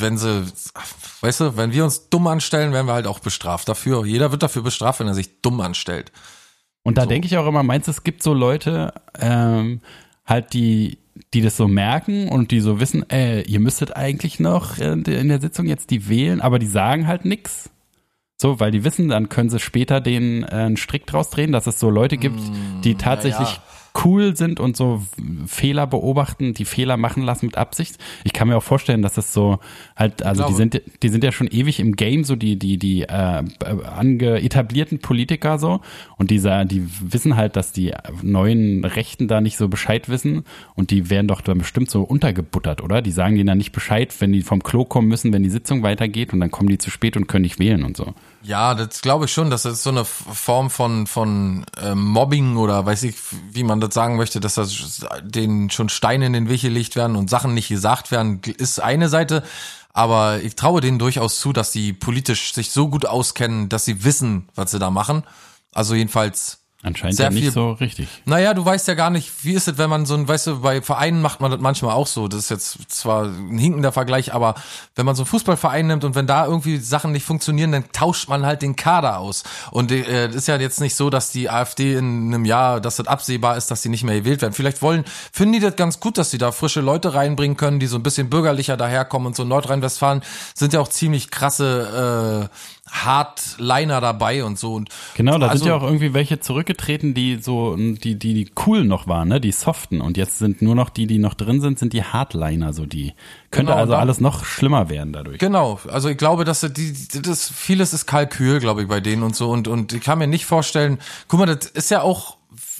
wenn wir uns dumm anstellen, werden wir halt auch bestraft dafür. Jeder wird dafür bestraft, wenn er sich dumm anstellt. Und da denke ich auch immer, meinst du, es gibt so Leute, halt die das so merken und die so wissen, ihr müsstet eigentlich noch in der Sitzung jetzt die wählen, aber die sagen halt nix. So, weil die wissen, dann können sie später den einen Strick draus drehen, dass es so Leute gibt, die tatsächlich cool sind und so Fehler beobachten, die Fehler machen lassen mit Absicht. Ich kann mir auch vorstellen, dass das so halt, also die sind ja schon ewig im Game, so die etablierten Politiker so, und die wissen halt, dass die neuen Rechten da nicht so Bescheid wissen, und die werden doch dann bestimmt so untergebuttert, oder? Die sagen denen dann nicht Bescheid, wenn die vom Klo kommen müssen, wenn die Sitzung weitergeht, und dann kommen die zu spät und können nicht wählen und so. Ja, das glaube ich schon, das ist so eine Form von Mobbing oder weiß ich, wie man das sagen möchte, dass das denen schon Steine in den Weg gelegt werden und Sachen nicht gesagt werden, ist eine Seite. Aber ich traue denen durchaus zu, dass sie politisch sich so gut auskennen, dass sie wissen, was sie da machen. Also jedenfalls anscheinend ja nicht so richtig. Naja, du weißt ja gar nicht, wie ist es, wenn man so ein, weißt du, bei Vereinen macht man das manchmal auch so. Das ist jetzt zwar ein hinkender Vergleich, aber wenn man so einen Fußballverein nimmt und wenn da irgendwie Sachen nicht funktionieren, dann tauscht man halt den Kader aus. Und das ist ja jetzt nicht so, dass die AfD in einem Jahr, dass das absehbar ist, dass sie nicht mehr gewählt werden. Vielleicht finden die das ganz gut, dass sie da frische Leute reinbringen können, die so ein bisschen bürgerlicher daherkommen, und so in Nordrhein-Westfalen sind ja auch ziemlich krasse Hardliner dabei und so. Und genau, da sind ja auch irgendwie welche zurückgetreten, die so, die cool noch waren, ne, die soften, und jetzt sind nur noch die noch drin sind die Hardliner, so die. Könnte also alles noch schlimmer werden dadurch. Genau, also ich glaube, dass vieles ist Kalkül, glaube ich, bei denen und so, und ich kann mir nicht vorstellen, guck mal, das ist ja auch,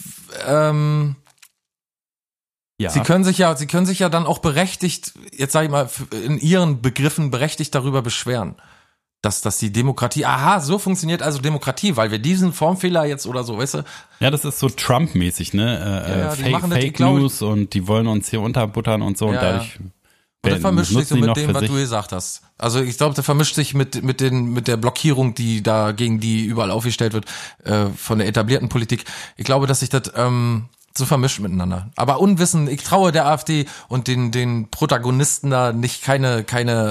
ja. Sie können sich ja dann auch berechtigt, jetzt sage ich mal, in ihren Begriffen berechtigt darüber beschweren. Dass die Demokratie, so funktioniert also Demokratie, weil wir diesen Formfehler jetzt oder so, weißt du? Ja, das ist so Trump-mäßig, ne? Fake News, und die wollen uns hier unterbuttern und so, und dadurch. Und das vermischt sich so mit dem, was du gesagt hast. Also ich glaube, das vermischt sich mit der Blockierung, die da gegen die überall aufgestellt wird, von der etablierten Politik. Ich glaube, dass sich das so vermischt miteinander. Aber Unwissen, ich traue der AfD und den Protagonisten da nicht keine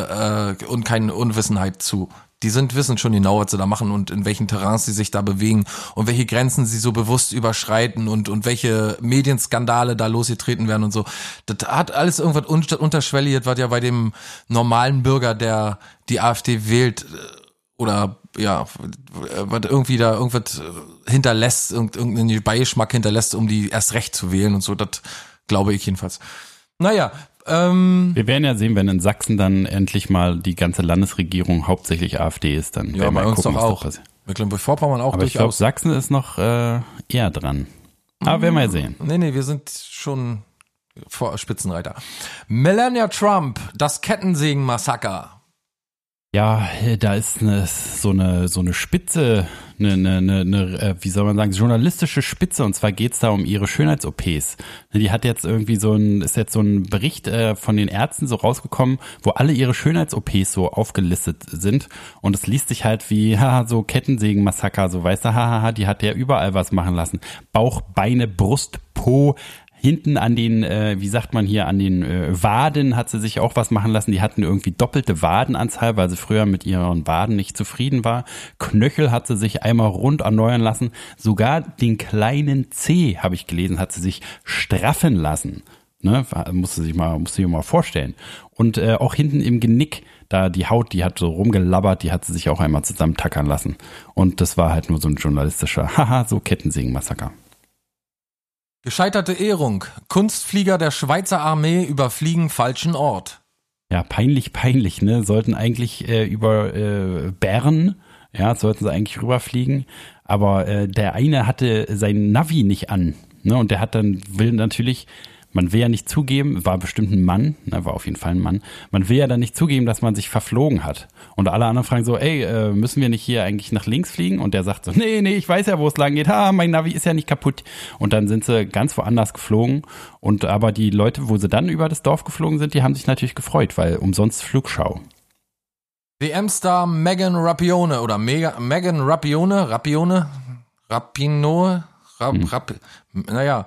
Unwissenheit zu. Die wissen schon genau, was sie da machen und in welchen Terrains sie sich da bewegen und welche Grenzen sie so bewusst überschreiten und welche Medienskandale da losgetreten werden und so. Das hat alles irgendwas unterschwelliert, was ja bei dem normalen Bürger, der die AfD wählt, oder ja, was irgendwie da irgendwas hinterlässt, irgendeinen Beigeschmack hinterlässt, um die erst recht zu wählen und so. Das glaube ich jedenfalls. Naja, wir werden ja sehen, wenn in Sachsen dann endlich mal die ganze Landesregierung hauptsächlich AfD ist, dann ja, bei uns gucken, doch auch. Mecklenburg-Vorpommern auch. Aber ich glaube, Sachsen ist noch eher dran. Aber werden wir ja sehen. Nee, wir sind schon vor Spitzenreiter. Melania Trump, das Kettensägen-Massaker. Ja, da ist so eine Spitze, wie soll man sagen, journalistische Spitze, und zwar geht's da um ihre Schönheits-OPs. Die hat jetzt irgendwie ist jetzt so ein Bericht von den Ärzten so rausgekommen, wo alle ihre Schönheits-OPs so aufgelistet sind, und es liest sich halt wie, so Kettensägen-Massaker, so weißt du, die hat ja überall was machen lassen. Bauch, Beine, Brust, Po, hinten an den, wie sagt man hier, an den Waden hat sie sich auch was machen lassen. Die hatten irgendwie doppelte Wadenanzahl, weil sie früher mit ihren Waden nicht zufrieden war. Knöchel hat sie sich einmal rund erneuern lassen. Sogar den kleinen Zeh, habe ich gelesen, hat sie sich straffen lassen. Ne? Musste sich mal vorstellen. Und auch hinten im Genick, da die Haut, die hat so rumgelabbert, die hat sie sich auch einmal zusammentackern lassen. Und das war halt nur so ein journalistischer, so Kettensägen-Massaker. Gescheiterte Ehrung. Kunstflieger der Schweizer Armee überfliegen falschen Ort. Ja, peinlich, ne? Sollten eigentlich über Bern, ja, sollten sie eigentlich rüberfliegen. Aber der eine hatte sein Navi nicht an, ne? Und der will natürlich, man will ja nicht zugeben, war bestimmt ein Mann, ne, war auf jeden Fall ein Mann, man will ja dann nicht zugeben, dass man sich verflogen hat. Und alle anderen fragen so, müssen wir nicht hier eigentlich nach links fliegen? Und der sagt so, nee, ich weiß ja, wo es lang geht, mein Navi ist ja nicht kaputt. Und dann sind sie ganz woanders geflogen. Und aber die Leute, wo sie dann über das Dorf geflogen sind, die haben sich natürlich gefreut, weil umsonst Flugschau. WM-Star Megan Rapinoe oder Megan Rapinoe, naja.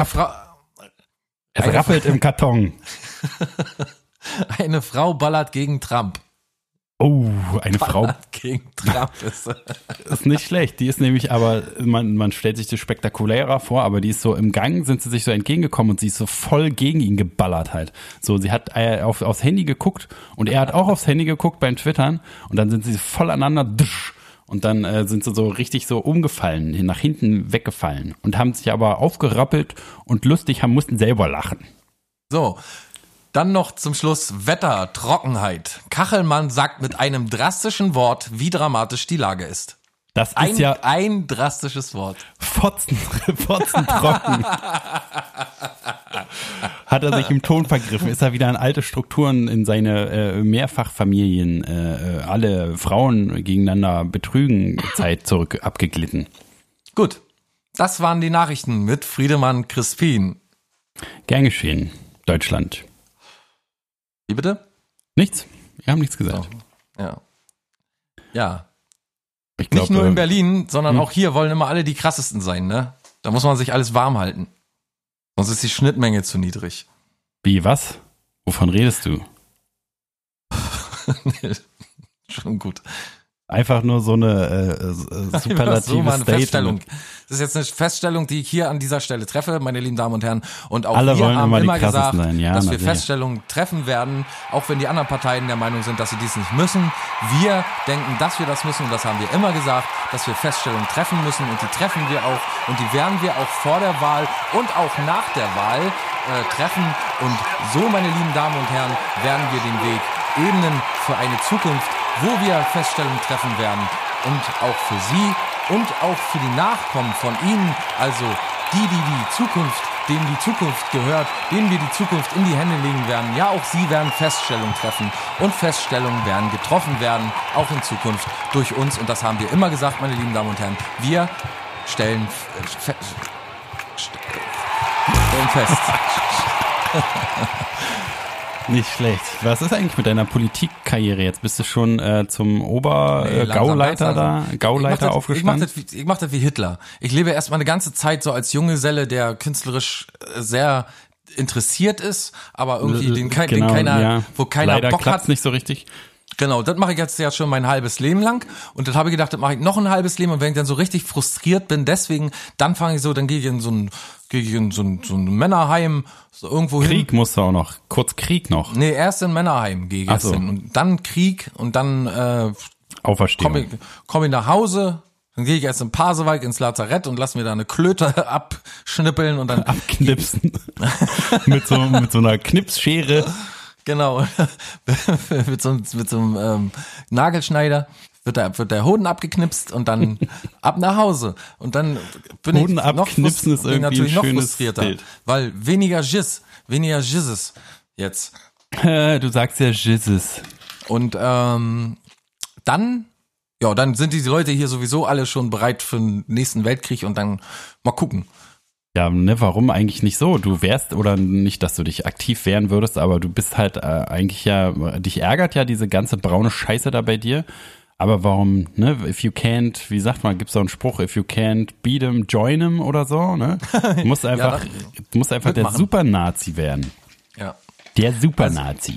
Es rappelt im Karton. Eine Frau ballert gegen Trump. Oh, eine Frau Gegen Trump ist nicht schlecht. Die ist nämlich aber, man stellt sich das spektakulärer vor, aber die ist so im Gang, sind sie sich so entgegengekommen und sie ist so voll gegen ihn geballert halt. So, sie hat aufs Handy geguckt und er hat auch aufs Handy geguckt beim Twittern und dann sind sie voll aneinander und dann sind sie so richtig so umgefallen, nach hinten weggefallen und haben sich aber aufgerappelt und mussten selber lachen. So. Dann noch zum Schluss Wetter, Trockenheit. Kachelmann sagt mit einem drastischen Wort, wie dramatisch die Lage ist. Das ist ja ein drastisches Wort. Fotzentrocken. Hat er sich im Ton vergriffen? Ist er wieder in alte Strukturen in seine Mehrfachfamilien, alle Frauen gegeneinander betrügen Zeit zurück abgeglitten? Gut, das waren die Nachrichten mit Friedemann Crispin. Gern geschehen, Deutschland. Wie bitte? Nichts. Wir haben nichts gesagt. Oh, ja. Ich glaub, nicht nur in Berlin, sondern auch hier wollen immer alle die krassesten sein, ne? Da muss man sich alles warm halten. Sonst ist die Schnittmenge zu niedrig. Wie, was? Wovon redest du? Schon gut. Einfach nur so eine superlative so mal eine Statement. Feststellung. Das ist jetzt eine Feststellung, die ich hier an dieser Stelle treffe, meine lieben Damen und Herren. Und auch alle wir wollen haben immer gesagt, sein. Ja, dass wir Feststellungen treffen werden, auch wenn die anderen Parteien der Meinung sind, dass sie dies nicht müssen. Wir denken, dass wir das müssen und das haben wir immer gesagt, dass wir Feststellungen treffen müssen und die treffen wir auch und die werden wir auch vor der Wahl und auch nach der Wahl treffen. Und so, meine lieben Damen und Herren, werden wir den Weg ebnen für eine Zukunft, wo wir Feststellungen treffen werden und auch für Sie und auch für die Nachkommen von Ihnen, also die Zukunft, denen die Zukunft gehört, denen wir die Zukunft in die Hände legen werden. Ja, auch Sie werden Feststellungen treffen und Feststellungen werden getroffen werden, auch in Zukunft durch uns. Und das haben wir immer gesagt, meine lieben Damen und Herren. Wir stellen fest. Nicht schlecht. Was ist eigentlich mit deiner Politikkarriere jetzt? Bist du schon zum Gauleiter aufgestanden? Ich mach das wie Hitler. Ich lebe erstmal eine ganze Zeit so als Junggeselle, der künstlerisch sehr interessiert ist, aber irgendwie wo keiner leider Bock hat. Nicht so richtig. Genau, das mache ich jetzt ja schon mein halbes Leben lang und das habe ich gedacht, das mache ich noch ein halbes Leben und wenn ich dann so richtig frustriert bin, deswegen, dann fange ich so, dann gehe ich in so ein Männerheim, so irgendwo hin. Krieg musst du auch noch, kurz Krieg noch. Nee, erst in Männerheim gehe ich jetzt hin und dann Krieg und dann Auferstehung. Komm ich nach Hause, dann gehe ich erst in Pasewalk ins Lazarett und lass mir da eine Klöte abschnippeln und dann abknipsen. mit so einer Knipsschere. Genau, mit so einem Nagelschneider wird der Hoden abgeknipst und dann ab nach Hause. Und dann bin Hoden ich abknipsen ist irgendwie natürlich ein schönes noch frustrierter, Bild. weil weniger Jizzes jetzt. Du sagst ja Jizzes. Und dann sind diese Leute hier sowieso alle schon bereit für den nächsten Weltkrieg und dann mal gucken. Ja, ne, warum eigentlich nicht so? Du wärst, oder nicht, dass du dich aktiv wehren würdest, aber du bist halt eigentlich dich ärgert ja diese ganze braune Scheiße da bei dir. Aber warum, ne, if you can't, wie sagt man, gibt's da einen Spruch, if you can't beat him, join him oder so, ne? Du musst einfach, der Super-Nazi werden. Ja. Der Super-Nazi.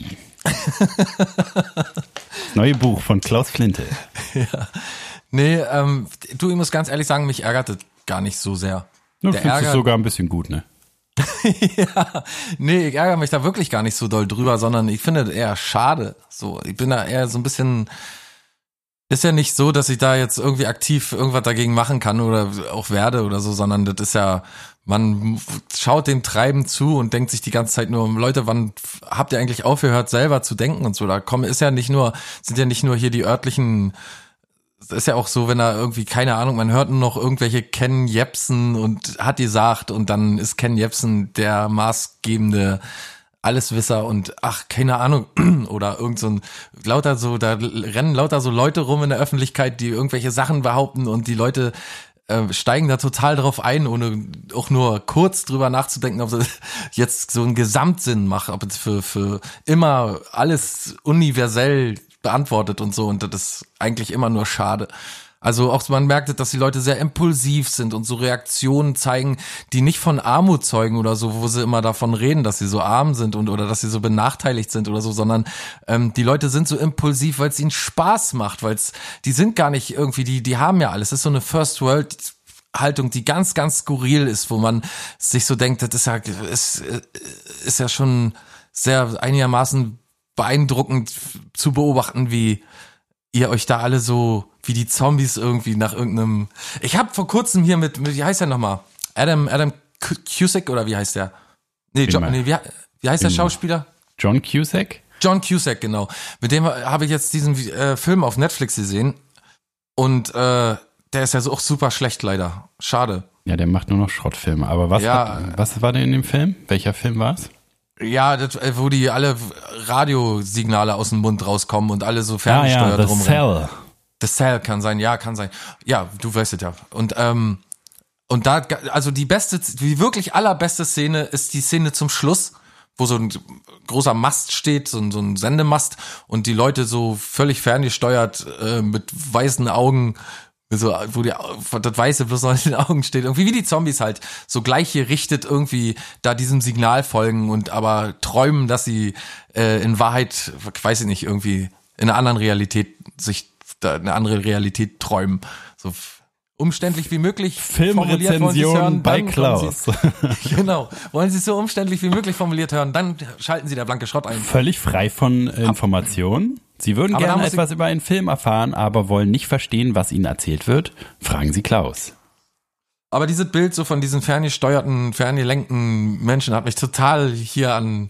Neue Buch von Klaus Flinte. Ja. Nee, ich muss ganz ehrlich sagen, mich ärgert das gar nicht so sehr. Du findest es sogar ein bisschen gut, ne? Ja, nee, ich ärgere mich da wirklich gar nicht so doll drüber, sondern ich finde das eher schade. So, ich bin da eher so ein bisschen, ist ja nicht so, dass ich da jetzt irgendwie aktiv irgendwas dagegen machen kann oder auch werde oder so, sondern das ist ja, man schaut dem Treiben zu und denkt sich die ganze Zeit nur, Leute, wann habt ihr eigentlich aufgehört, selber zu denken und so? Sind ja nicht nur hier die örtlichen. Das ist ja auch so, wenn da irgendwie, keine Ahnung, man hört nur noch irgendwelche Ken Jebsen und hat gesagt und dann ist Ken Jebsen der maßgebende Alleswisser und keine Ahnung, oder irgend so da rennen lauter so Leute rum in der Öffentlichkeit, die irgendwelche Sachen behaupten und die Leute steigen da total drauf ein, ohne auch nur kurz drüber nachzudenken, ob das jetzt so einen Gesamtsinn macht, ob es für immer alles universell beantwortet und so und das ist eigentlich immer nur schade. Also auch man merkt, dass die Leute sehr impulsiv sind und so Reaktionen zeigen, die nicht von Armut zeugen oder so, wo sie immer davon reden, dass sie so arm sind oder dass sie so benachteiligt sind oder so, sondern die Leute sind so impulsiv, weil es ihnen Spaß macht, die sind gar nicht irgendwie, die haben ja alles. Das ist so eine First World Haltung, die ganz, ganz skurril ist, wo man sich so denkt, das ist ja schon sehr einigermaßen beeindruckend zu beobachten, wie ihr euch da alle so wie die Zombies irgendwie nach irgendeinem... Ich habe vor kurzem hier mit wie heißt der nochmal? Adam Cusack oder wie heißt der? Wie heißt der Schauspieler? John Cusack? John Cusack, genau. Mit dem habe ich jetzt diesen Film auf Netflix gesehen und der ist ja so auch super schlecht leider. Schade. Ja, der macht nur noch Schrottfilme. Aber was war denn in dem Film? Welcher Film war es? Ja, wo die alle Radiosignale aus dem Mund rauskommen und alle so ferngesteuert rumrennen. Cell. The Cell kann sein. Ja, du weißt es ja. Und da, also die wirklich allerbeste Szene ist die Szene zum Schluss, wo so ein großer Mast steht, so ein Sendemast und die Leute so völlig ferngesteuert mit weißen Augen, so, wo das Weiße bloß noch in den Augen steht, irgendwie wie die Zombies halt, so gleich gerichtet irgendwie da diesem Signal folgen und aber träumen, dass sie in Wahrheit, weiß ich nicht, irgendwie in einer anderen Realität eine andere Realität träumen. So umständlich wie möglich Filmrezension bei Klaus. Genau. Wollen Sie es so umständlich wie möglich formuliert hören, dann schalten Sie der blanke Schrott ein. Völlig frei von Informationen. Sie würden gerne etwas über einen Film erfahren, aber wollen nicht verstehen, was Ihnen erzählt wird. Fragen Sie Klaus. Aber dieses Bild so von diesen ferngesteuerten, ferngelenkten Menschen hat mich total hier an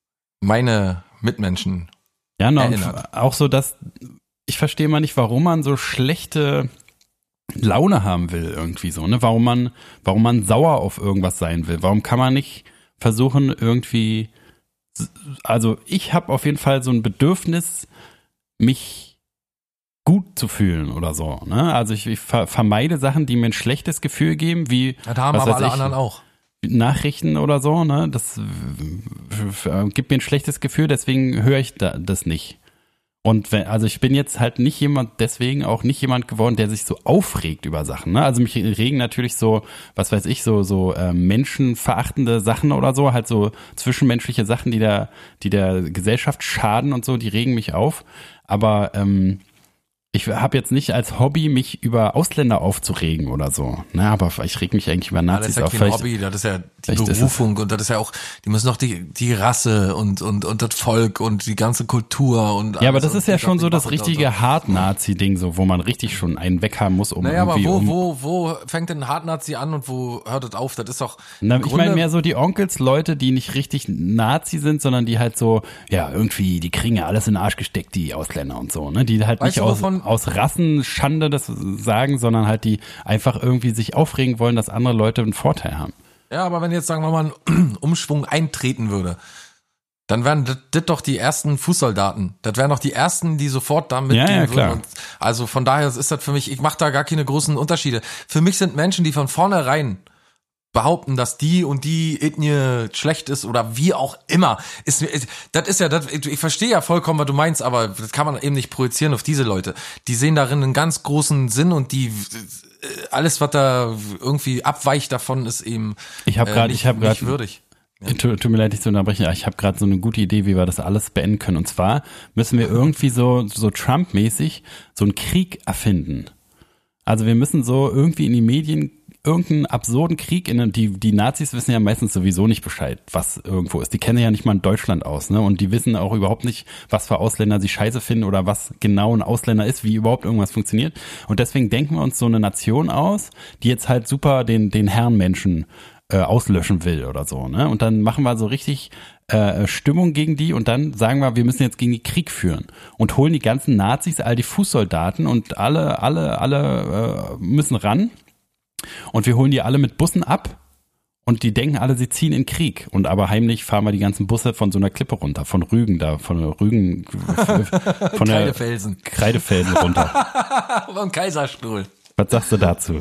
meine Mitmenschen erinnert. Auch so, dass ich verstehe mal nicht, warum man so schlechte Laune haben will irgendwie so, ne? Warum man sauer auf irgendwas sein will. Warum kann man nicht versuchen irgendwie, also ich habe auf jeden Fall so ein Bedürfnis, mich gut zu fühlen oder so, ne? Also ich vermeide Sachen, die mir ein schlechtes Gefühl geben, wie das haben aber alle anderen auch. Nachrichten oder so, ne? Das gibt mir ein schlechtes Gefühl, deswegen höre ich das nicht. Und also ich bin jetzt halt deswegen auch nicht jemand geworden, der sich so aufregt über Sachen, ne? Also mich regen natürlich so, was weiß ich, so menschenverachtende Sachen oder so, halt so zwischenmenschliche Sachen, die der Gesellschaft schaden und so, die regen mich auf. Aber ich habe jetzt nicht als Hobby, mich über Ausländer aufzuregen oder so. Na, aber ich reg mich eigentlich über Nazis auf. Das ist ja kein Hobby, das ist ja die Berufung und das ist ja auch, die müssen noch die Rasse und das Volk und die ganze Kultur und ja, aber das ist ja schon so das richtige Hard-Nazi-Ding, so, wo man richtig schon einen weghaben muss, um irgendwie... Naja, aber wo fängt denn ein Hard-Nazi an und wo hört es auf? Das ist doch... Ich meine mehr so die Onkels, Leute, die nicht richtig Nazi sind, sondern die halt so, ja, irgendwie, die kriegen ja alles in den Arsch gesteckt, die Ausländer und so, ne? Die halt weißt nicht aus Rassenschande das sagen, sondern halt die einfach irgendwie sich aufregen wollen, dass andere Leute einen Vorteil haben. Ja, aber wenn jetzt, sagen wir mal, ein Umschwung eintreten würde, dann wären das doch die ersten Fußsoldaten. Das wären doch die ersten, die sofort da mitgehen würden. Klar. Und also von daher ist das für mich, ich mache da gar keine großen Unterschiede. Für mich sind Menschen, die von vornherein behaupten, dass die und die Ethnie schlecht ist oder wie auch immer. Ich verstehe ja vollkommen, was du meinst, aber das kann man eben nicht projizieren auf diese Leute. Die sehen darin einen ganz großen Sinn und die alles, was da irgendwie abweicht davon, ist eben nicht würdig. Ja. Tut mir leid, dich zu unterbrechen, aber ich habe gerade so eine gute Idee, wie wir das alles beenden können. Und zwar müssen wir irgendwie so Trump-mäßig so einen Krieg erfinden. Also wir müssen so irgendwie in die Medien irgendeinen absurden Krieg die Nazis wissen ja meistens sowieso nicht Bescheid, was irgendwo ist. Die kennen ja nicht mal in Deutschland aus, ne? Und die wissen auch überhaupt nicht, was für Ausländer sie scheiße finden oder was genau ein Ausländer ist, wie überhaupt irgendwas funktioniert. Und deswegen denken wir uns so eine Nation aus, die jetzt halt super den Herrenmenschen auslöschen will oder so, ne? Und dann machen wir so richtig Stimmung gegen die und dann sagen wir müssen jetzt gegen die Krieg führen und holen die ganzen Nazis, all die Fußsoldaten und alle müssen ran. Und wir holen die alle mit Bussen ab und die denken alle, sie ziehen in Krieg. Und aber heimlich fahren wir die ganzen Busse von so einer Klippe runter, von Rügen Kreidefelsen runter. Vom Kaiserstuhl. Was sagst du dazu?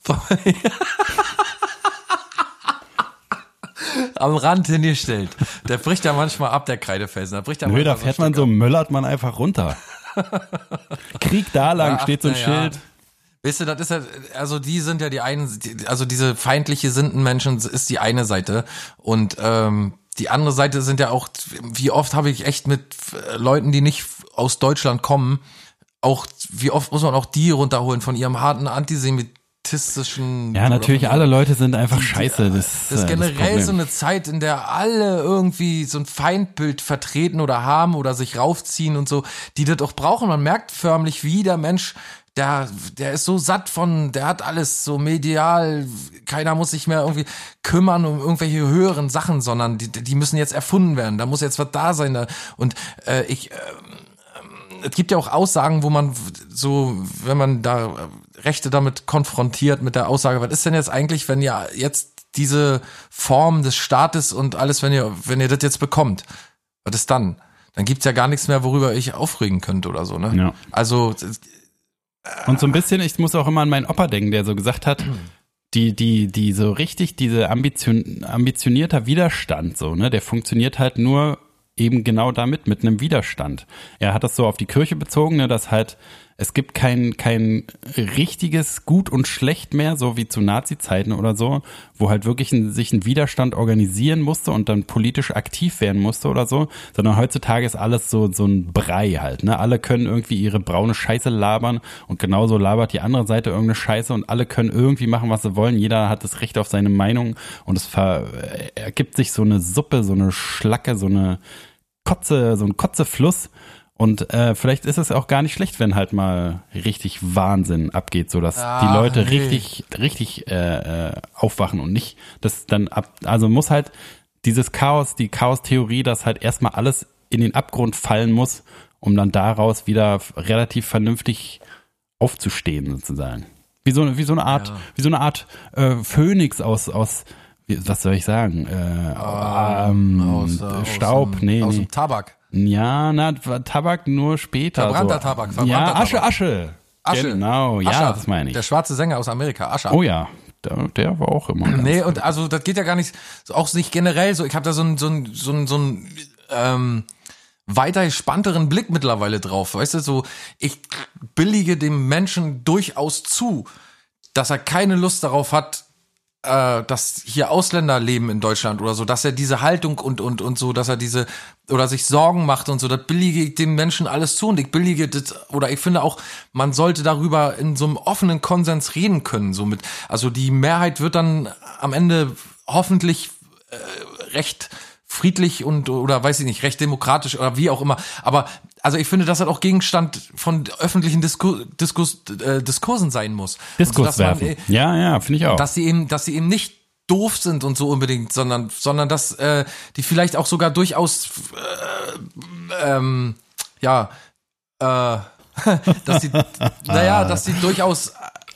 Am Rand hingestellt. Der bricht ja manchmal ab, der Kreidefelsen. Da fährt man so, möllert man einfach runter. Krieg da lang, steht so ein Schild. Weißt du, das ist ja, also die sind ja die einen, also diese feindliche Sindenmenschen ist die eine Seite und die andere Seite sind ja auch, wie oft habe ich echt mit Leuten, die nicht aus Deutschland kommen, auch, wie oft muss man auch die runterholen von ihrem harten antisemitistischen... Ja, natürlich, alle Leute sind einfach scheiße. Das ist generell so eine Zeit, in der alle irgendwie so ein Feindbild vertreten oder haben oder sich raufziehen und so, die das auch brauchen. Man merkt förmlich, wie der Mensch... Der ist so satt von, der hat alles so medial, keiner muss sich mehr irgendwie kümmern um irgendwelche höheren Sachen, sondern die müssen jetzt erfunden werden, da muss jetzt was da sein. Und es gibt ja auch Aussagen, wo man so, wenn man da Rechte damit konfrontiert, mit der Aussage, was ist denn jetzt eigentlich, wenn ihr jetzt diese Form des Staates und alles, wenn ihr das jetzt bekommt, was ist dann? Dann gibt's ja gar nichts mehr, worüber ich aufregen könnte oder so, ne? Ja. Also... Und so ein bisschen, ich muss auch immer an meinen Opa denken, der so gesagt hat, die so richtig, diese ambitionierter Widerstand, so, ne, der funktioniert halt nur eben genau damit, mit einem Widerstand. Er hat das so auf die Kirche bezogen, ne, dass halt, es gibt kein richtiges Gut und Schlecht mehr, so wie zu Nazi-Zeiten oder so, wo halt wirklich sich ein Widerstand organisieren musste und dann politisch aktiv werden musste oder so, sondern heutzutage ist alles so ein Brei halt, ne? Alle können irgendwie ihre braune Scheiße labern und genauso labert die andere Seite irgendeine Scheiße und alle können irgendwie machen, was sie wollen. Jeder hat das Recht auf seine Meinung und es ergibt sich so eine Suppe, so eine Schlacke, so ein Kotzefluss. Und vielleicht ist es auch gar nicht schlecht, wenn halt mal richtig Wahnsinn abgeht, so dass die Leute richtig aufwachen und nicht das dann also muss halt dieses Chaos, die Chaos-Theorie, dass halt erstmal alles in den Abgrund fallen muss, um dann daraus wieder relativ vernünftig aufzustehen sozusagen. Wie so eine Art Phönix aus was soll ich sagen? Staub, aus dem Tabak. Ja, Tabak nur später. Verbrannter Tabak. Asche. Genau, ja, Usher, das meine ich. Der schwarze Sänger aus Amerika, Usher. Oh ja, der war auch immer. Nee, und also das geht ja gar nicht, auch nicht generell so. Ich habe da so einen weiter gespannteren Blick mittlerweile drauf. Weißt du, so, ich billige dem Menschen durchaus zu, dass er keine Lust darauf hat, dass hier Ausländer leben in Deutschland oder so, dass er diese Haltung und so, dass er diese oder sich Sorgen macht und so, das billige ich den Menschen alles zu und ich billige das, oder ich finde auch, man sollte darüber in so einem offenen Konsens reden können, so mit, also die Mehrheit wird dann am Ende hoffentlich recht friedlich und oder weiß ich nicht, recht demokratisch oder wie auch immer, aber also ich finde, dass das auch Gegenstand von öffentlichen Diskursen sein muss. Diskurs so, werfen. Ja, finde ich auch. Dass sie eben nicht doof sind und so unbedingt, sondern dass die vielleicht auch sogar durchaus dass sie durchaus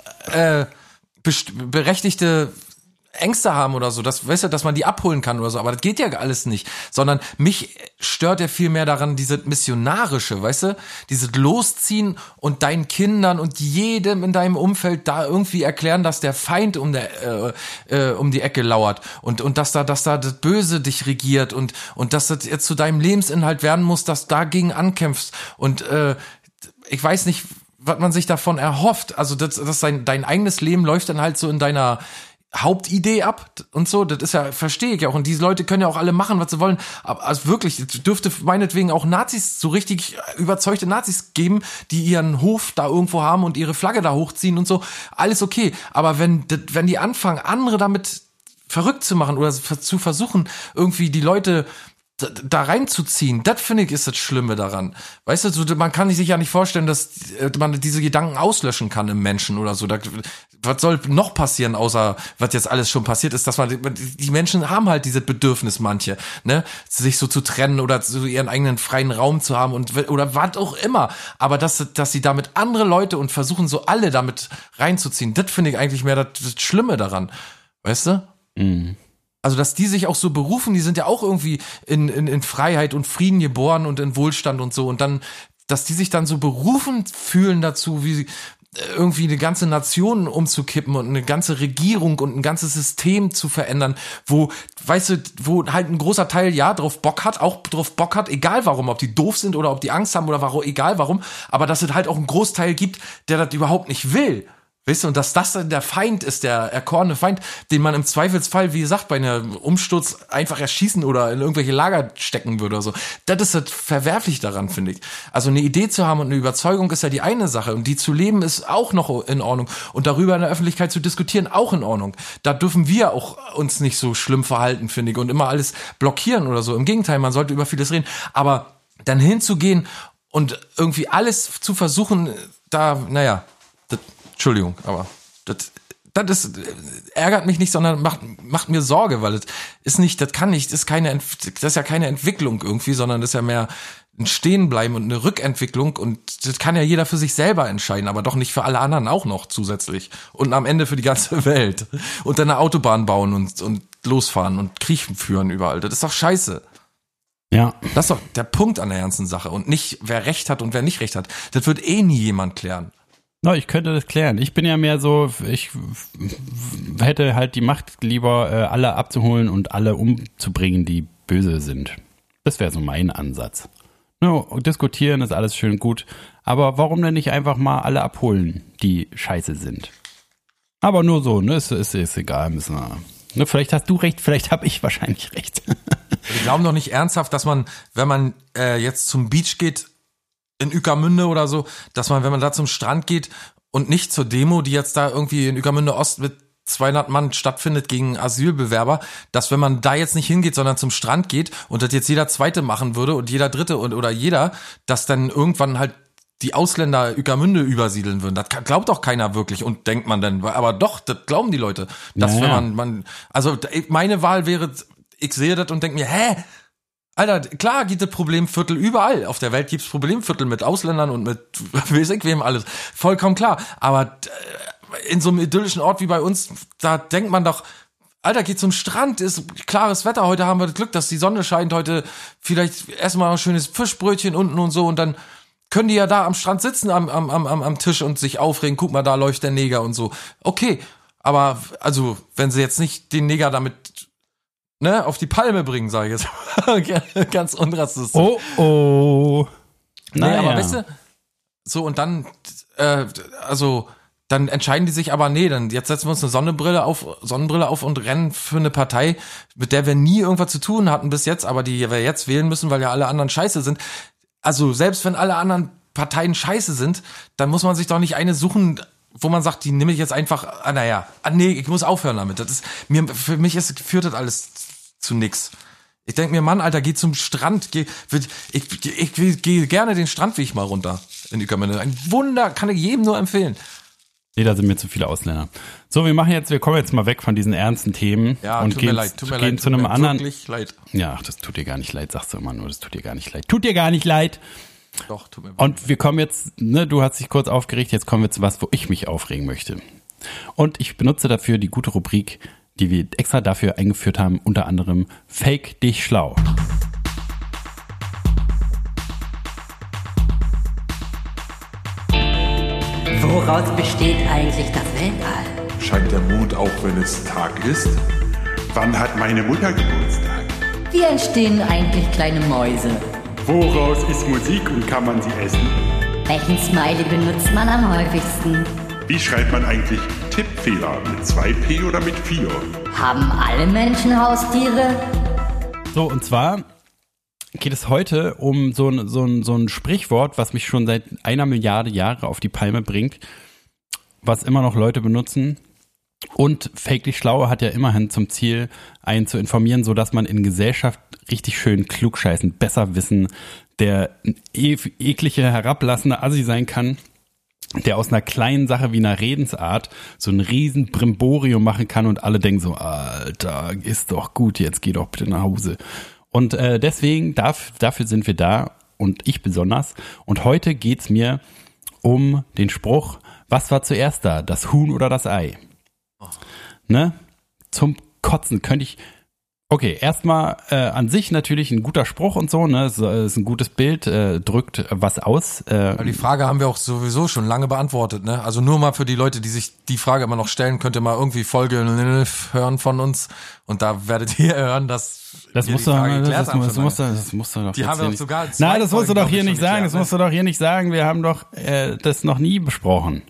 berechtigte Ängste haben oder so, weißt du, dass man die abholen kann oder so, aber das geht ja alles nicht, sondern mich stört ja viel mehr daran dieses Missionarische, weißt du, dieses Losziehen und deinen Kindern und jedem in deinem Umfeld da irgendwie erklären, dass der Feind um die Ecke lauert und dass da das Böse dich regiert und dass das jetzt zu deinem Lebensinhalt werden muss, dass du dagegen ankämpfst und ich weiß nicht, was man sich davon erhofft, also dein eigenes Leben läuft dann halt so in deiner Hauptidee ab und so, das ist ja, verstehe ich ja auch, und diese Leute können ja auch alle machen, was sie wollen, aber also wirklich, es dürfte meinetwegen auch Nazis, so richtig überzeugte Nazis geben, die ihren Hof da irgendwo haben und ihre Flagge da hochziehen und so, alles okay, aber wenn die anfangen, andere damit verrückt zu machen oder zu versuchen, irgendwie die Leute da reinzuziehen, das finde ich ist das Schlimme daran. Weißt du, man kann sich ja nicht vorstellen, dass man diese Gedanken auslöschen kann im Menschen oder so. Was soll noch passieren, außer was jetzt alles schon passiert ist, dass die Menschen haben halt dieses Bedürfnis, manche, ne, sich so zu trennen oder so ihren eigenen freien Raum zu haben oder was auch immer. Aber dass sie damit andere Leute und versuchen so alle damit reinzuziehen, das finde ich eigentlich mehr das Schlimme daran. Weißt du? Mhm. Also, dass die sich auch so berufen, die sind ja auch irgendwie in Freiheit und Frieden geboren und in Wohlstand und so. Und dann, dass die sich dann so berufen fühlen dazu, wie irgendwie eine ganze Nation umzukippen und eine ganze Regierung und ein ganzes System zu verändern, wo, weißt du, wo halt ein großer Teil drauf Bock hat, egal warum, ob die doof sind oder ob die Angst haben oder warum, egal warum, aber dass es halt auch einen Großteil gibt, der das überhaupt nicht will. Weißt du, und dass das dann der Feind ist, der erkorene Feind, den man im Zweifelsfall, wie gesagt, bei einem Umsturz einfach erschießen oder in irgendwelche Lager stecken würde oder so. Das ist das verwerflich daran, finde ich. Also eine Idee zu haben und eine Überzeugung ist ja die eine Sache und die zu leben ist auch noch in Ordnung und darüber in der Öffentlichkeit zu diskutieren auch in Ordnung. Da dürfen wir auch uns nicht so schlimm verhalten, finde ich, und immer alles blockieren oder so. Im Gegenteil, man sollte über vieles reden, aber dann hinzugehen und irgendwie alles zu versuchen, da, naja, Entschuldigung, aber das ärgert mich nicht, sondern macht mir Sorge, weil das ist nicht, das ist ja keine Entwicklung irgendwie, sondern das ist ja mehr ein Stehenbleiben und eine Rückentwicklung und das kann ja jeder für sich selber entscheiden, aber doch nicht für alle anderen auch noch zusätzlich und am Ende für die ganze Welt und dann eine Autobahn bauen und losfahren und Krieg führen überall. Das ist doch scheiße. Ja. Das ist doch der Punkt an der ganzen Sache und nicht, wer Recht hat und wer nicht Recht hat. Das wird eh nie jemand klären. No, ich könnte das klären. Ich bin ja mehr so, ich hätte halt die Macht lieber, alle abzuholen und alle umzubringen, die böse sind. Das wäre so mein Ansatz. No, diskutieren ist alles schön gut, aber warum denn nicht einfach mal alle abholen, die scheiße sind? Aber nur so, ne, ist egal, müssen wir. Ne, vielleicht hast du recht, vielleicht habe ich wahrscheinlich recht. Wir glauben doch nicht ernsthaft, dass man, wenn man jetzt zum Beach geht, in Ueckermünde oder so, dass man, wenn man da zum Strand geht und nicht zur Demo, die jetzt da irgendwie in Ueckermünde Ost mit 200 Mann stattfindet gegen Asylbewerber, dass wenn man da jetzt nicht hingeht, sondern zum Strand geht und das jetzt jeder Zweite machen würde und jeder Dritte oder jeder, dass dann irgendwann halt die Ausländer Ueckermünde übersiedeln würden. Das glaubt doch keiner wirklich und denkt man dann, aber doch, das glauben die Leute. Dass wenn man, also meine Wahl wäre, ich sehe das und denke mir, Alter, klar gibt es Problemviertel überall. Auf der Welt gibt's Problemviertel mit Ausländern und mit weiß ich wem alles. Vollkommen klar. Aber in so einem idyllischen Ort wie bei uns, da denkt man doch, Alter, geht zum Strand, ist klares Wetter. Heute haben wir das Glück, dass die Sonne scheint. Heute vielleicht erstmal ein schönes Fischbrötchen unten und so. Und dann können die ja da am Strand sitzen, am Tisch und sich aufregen. Guck mal, da läuft der Neger und so. Okay, aber also, wenn sie jetzt nicht den Neger damit auf die Palme bringen, sage ich jetzt. Ganz unrassistisch. Oh. Naja. Nee, aber weißt du, so und dann, dann entscheiden die sich aber, dann jetzt setzen wir uns eine Sonnenbrille auf und rennen für eine Partei, mit der wir nie irgendwas zu tun hatten bis jetzt, aber die wir jetzt wählen müssen, weil ja alle anderen scheiße sind. Also selbst wenn alle anderen Parteien scheiße sind, dann muss man sich doch nicht eine suchen, wo man sagt, die nehme ich jetzt einfach, ich muss aufhören damit. Das ist, für mich führt das alles zu nix. Ich denke mir, Mann, Alter, geh zum Strand. Ich gehe gerne den Strandweg mal runter in Ueckermünde. Ein Wunder, kann ich jedem nur empfehlen. Nee, da sind mir zu viele Ausländer. So, wir kommen jetzt mal weg von diesen ernsten Themen und gehen zu einem anderen. Wirklich leid. Ja, das tut dir gar nicht leid, sagst du immer nur, das tut dir gar nicht leid. Tut dir gar nicht leid. Doch, tut mir leid. Und wir kommen jetzt, du hast dich kurz aufgeregt, jetzt kommen wir zu was, wo ich mich aufregen möchte. Und ich benutze dafür die gute Rubrik, die wir extra dafür eingeführt haben, unter anderem Fake dich schlau. Woraus besteht eigentlich das Weltall? Scheint der Mond auch, wenn es Tag ist? Wann hat meine Mutter Geburtstag? Wie entstehen eigentlich kleine Mäuse? Woraus ist Musik und kann man sie essen? Welchen Smiley benutzt man am häufigsten? Wie schreibt man eigentlich Tippfehler? Mit 2P oder mit 4? Haben alle Menschen Haustiere? So, und zwar geht es heute um so ein Sprichwort, was mich schon seit 1 Milliarde Jahre auf die Palme bringt, was immer noch Leute benutzen. Und Fake dich schlau hat ja immerhin zum Ziel, einen zu informieren, sodass man in Gesellschaft richtig schön klugscheißen, besser wissen, der eklige, herablassende Assi sein kann, der aus einer kleinen Sache wie einer Redensart so ein riesen Brimborium machen kann und alle denken so, Alter, ist doch gut, jetzt geh doch bitte nach Hause. Und deswegen, dafür sind wir da und ich besonders. Und heute geht's mir um den Spruch, was war zuerst da, das Huhn oder das Ei? Ne? Zum Kotzen könnte ich... Okay, erstmal an sich natürlich ein guter Spruch und so, ne? Es ist ein gutes Bild, drückt was aus. Aber die Frage haben wir auch sowieso schon lange beantwortet, ne? Also nur mal für die Leute, die sich die Frage immer noch stellen, könnt ihr mal irgendwie Folge hören von uns und da werdet ihr hören, dass das musst du doch. Die haben wir doch sogar. Nein, das musst du doch hier nicht sagen. Das musst du doch hier nicht sagen. Wir haben doch das noch nie besprochen.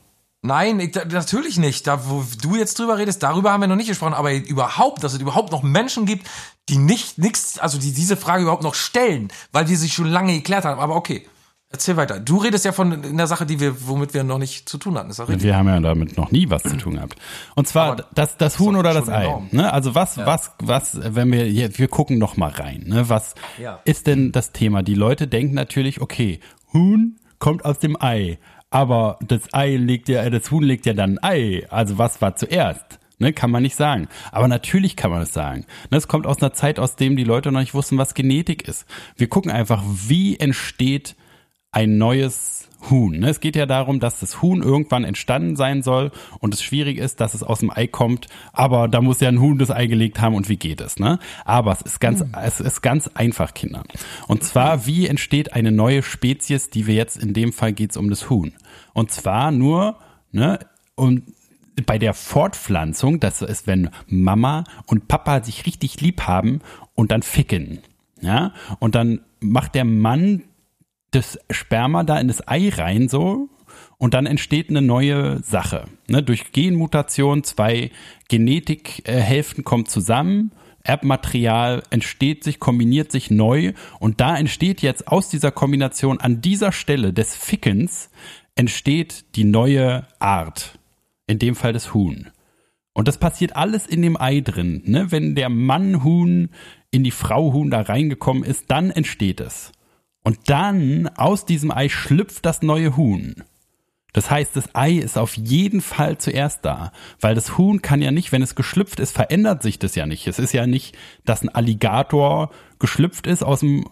Nein, natürlich nicht. Da, wo du jetzt drüber redest, darüber haben wir noch nicht gesprochen. Aber dass es überhaupt noch Menschen gibt, die die diese Frage überhaupt noch stellen, weil wir sie schon lange geklärt haben. Aber okay, erzähl weiter. Du redest ja von einer Sache, womit wir noch nicht zu tun hatten. Ist das richtig? Wir haben ja damit noch nie was zu tun gehabt. Und zwar das Huhn oder das Ei. Ne? Also was, wenn wir gucken noch mal rein. Ne? Was ist denn das Thema? Die Leute denken natürlich, okay, Huhn kommt aus dem Ei. Aber das Huhn legt ja dann ein Ei. Also was war zuerst? Ne, kann man nicht sagen. Aber natürlich kann man es sagen. Das kommt aus einer Zeit, aus dem die Leute noch nicht wussten, was Genetik ist. Wir gucken einfach, wie entsteht ein neues Huhn. Es geht ja darum, dass das Huhn irgendwann entstanden sein soll und es schwierig ist, dass es aus dem Ei kommt. Aber da muss ja ein Huhn das Ei gelegt haben und wie geht es? Ne? Aber es ist ganz einfach, Kinder. Und zwar, wie entsteht eine neue Spezies, die wir jetzt, in dem Fall geht es um das Huhn. Und zwar nur, und bei der Fortpflanzung, das ist, wenn Mama und Papa sich richtig lieb haben und dann ficken. Ja? Und dann macht der Mann das Sperma da in das Ei rein so und dann entsteht eine neue Sache. Ne? Durch Genmutation 2 Genetikhälften kommen zusammen, Erbmaterial kombiniert sich neu und da entsteht jetzt aus dieser Kombination an dieser Stelle des Fickens entsteht die neue Art. In dem Fall das Huhn. Und das passiert alles in dem Ei drin. Ne? Wenn der Mann Huhn in die Frau Huhn da reingekommen ist, dann entsteht es. Und dann aus diesem Ei schlüpft das neue Huhn. Das heißt, das Ei ist auf jeden Fall zuerst da. Weil das Huhn kann ja nicht, wenn es geschlüpft ist, verändert sich das ja nicht. Es ist ja nicht, dass ein Alligator geschlüpft ist aus dem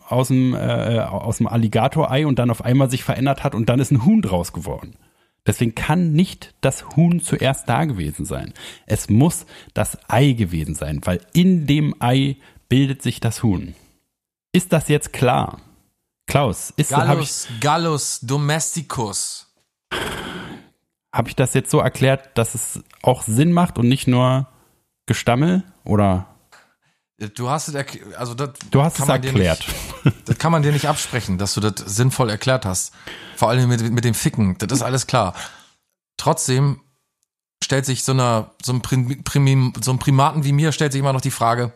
Alligatorei und dann auf einmal sich verändert hat und dann ist ein Huhn draus geworden. Deswegen kann nicht das Huhn zuerst da gewesen sein. Es muss das Ei gewesen sein, weil in dem Ei bildet sich das Huhn. Ist das jetzt klar? Klaus, Gallus domesticus. Habe ich das jetzt so erklärt, dass es auch Sinn macht und nicht nur Gestammel? Oder? Du hast es erklärt. Das kann man dir nicht absprechen, dass du das sinnvoll erklärt hast. Vor allem mit dem Ficken, das ist alles klar. Trotzdem stellt sich so ein Primaten wie mir, stellt sich immer noch die Frage,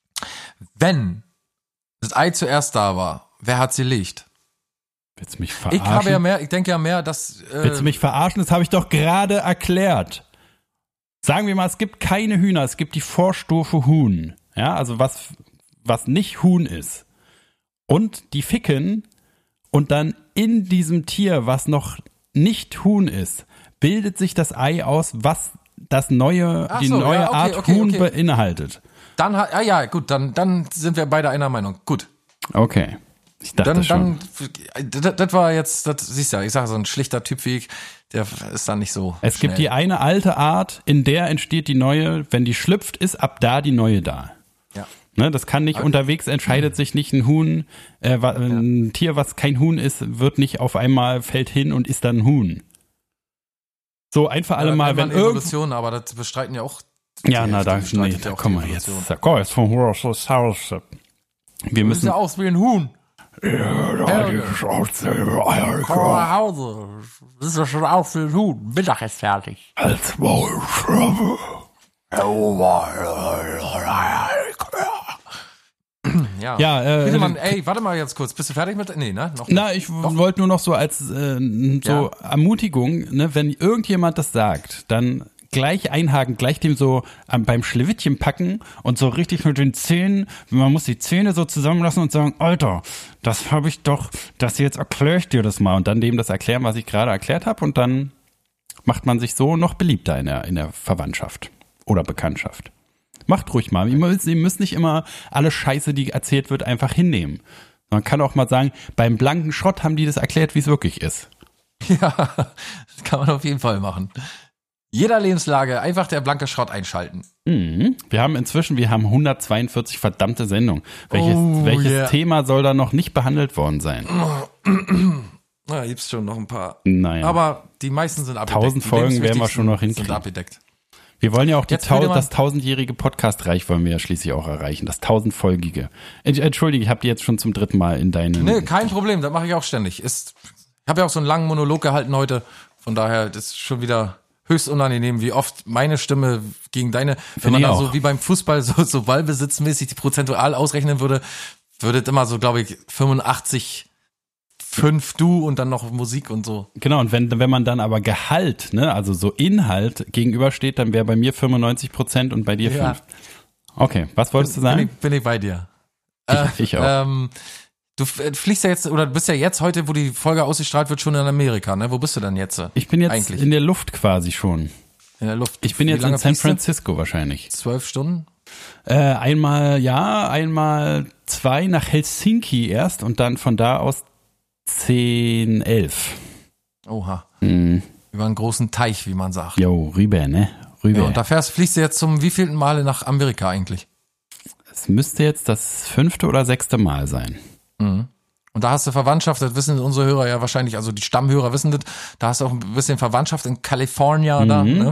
wenn das Ei zuerst da war, wer hat sie gelegt? Willst du mich verarschen? Ich denke ja mehr, dass... Willst du mich verarschen? Das habe ich doch gerade erklärt. Sagen wir mal, es gibt keine Hühner, es gibt die Vorstufe Huhn. Ja, also was nicht Huhn ist. Und die ficken und dann in diesem Tier, was noch nicht Huhn ist, bildet sich das Ei aus, was die neue Art Huhn beinhaltet. Dann dann sind wir beide einer Meinung. Gut. Okay. Ich dachte schon. Das war jetzt, das siehst du ja, ich sage, so ein schlichter Typ wie ich, der ist dann nicht so Es gibt die eine alte Art, in der entsteht die neue, wenn die schlüpft, ist ab da die neue da. Ja. Ne, das kann nicht, unterwegs entscheidet sich nicht ein Huhn, ein Tier, was kein Huhn ist, wird nicht auf einmal, fällt hin und ist dann ein Huhn. So ein für alle Mal, wenn Evolution, aber das bestreiten ja auch. Ja, komm mal jetzt. Jetzt vom Haus. Wir müssen ja aus wie ein Huhn. Ja, komm nach Hause. Das ist ja schon aus wie ein Huhn. Mittag ist fertig. Als Maulschraube. Warte mal jetzt kurz. Bist du fertig mit? Nee, ne? Noch nicht. Na, ich wollte nur noch so als Ermutigung, ne, wenn irgendjemand das sagt, dann gleich einhaken, gleich dem so beim Schlewittchen packen und so richtig mit den Zähnen, man muss die Zähne so zusammenlassen und sagen, Alter, das habe ich doch, jetzt erkläre ich dir das mal und dann dem das erklären, was ich gerade erklärt habe und dann macht man sich so noch beliebter in der Verwandtschaft oder Bekanntschaft. Macht ruhig mal. Ihr müsst nicht immer alle Scheiße, die erzählt wird, einfach hinnehmen. Man kann auch mal sagen, beim blanken Schrott haben die das erklärt, wie es wirklich ist. Ja, das kann man auf jeden Fall machen. Jeder Lebenslage einfach der blanke Schrott einschalten. Mhm. Wir haben 142 verdammte Sendungen. Welches Thema soll da noch nicht behandelt worden sein? Na, gibt's schon noch ein paar. Naja. Aber die meisten sind abgedeckt. 1000 Folgen werden wir schon noch hinkriegen. Sind abgedeckt. Wir wollen ja auch das 1000-jährige Podcast-Reich wollen wir ja schließlich auch erreichen. Das 1000-folgige. Entschuldige, ich habe die jetzt schon zum 3. Mal in deinen... Nee, kein Problem, das mache ich auch ständig. Ich habe ja auch so einen langen Monolog gehalten heute. Von daher, das ist schon wieder höchst unangenehm, wie oft meine Stimme gegen deine, wenn Finde man ich da auch. so wie beim Fußball so ballbesitzmäßig die prozentual ausrechnen würde es immer so, glaube ich, 85, 5 du und dann noch Musik und so. Genau, und wenn man dann aber Gehalt, ne, also so Inhalt gegenübersteht, dann wäre bei mir 95% und bei dir 5%. Ja. Okay, was wolltest du sagen? Bin ich bei dir. Ich auch. Du fliegst ja jetzt, oder du bist ja jetzt heute, wo die Folge ausgestrahlt wird, schon in Amerika, ne? Wo bist du denn jetzt? Ich bin jetzt eigentlich in der Luft quasi schon. in der Luft. Ich bin Wie jetzt lange in San fliegst du? Francisco wahrscheinlich. 12 Stunden? Einmal 2 nach Helsinki erst und dann von da aus 10, 11. Oha. Mhm. Über einen großen Teich, wie man sagt. Jo, rüber, ne? Rüber. Ja, und da fliegst du jetzt zum wievielten Male nach Amerika eigentlich? Es müsste jetzt das 5. oder 6. Mal sein. Mhm. Und da hast du Verwandtschaft, das wissen unsere Hörer ja wahrscheinlich, also die Stammhörer wissen das, da hast du auch ein bisschen Verwandtschaft in Kalifornien da, ne?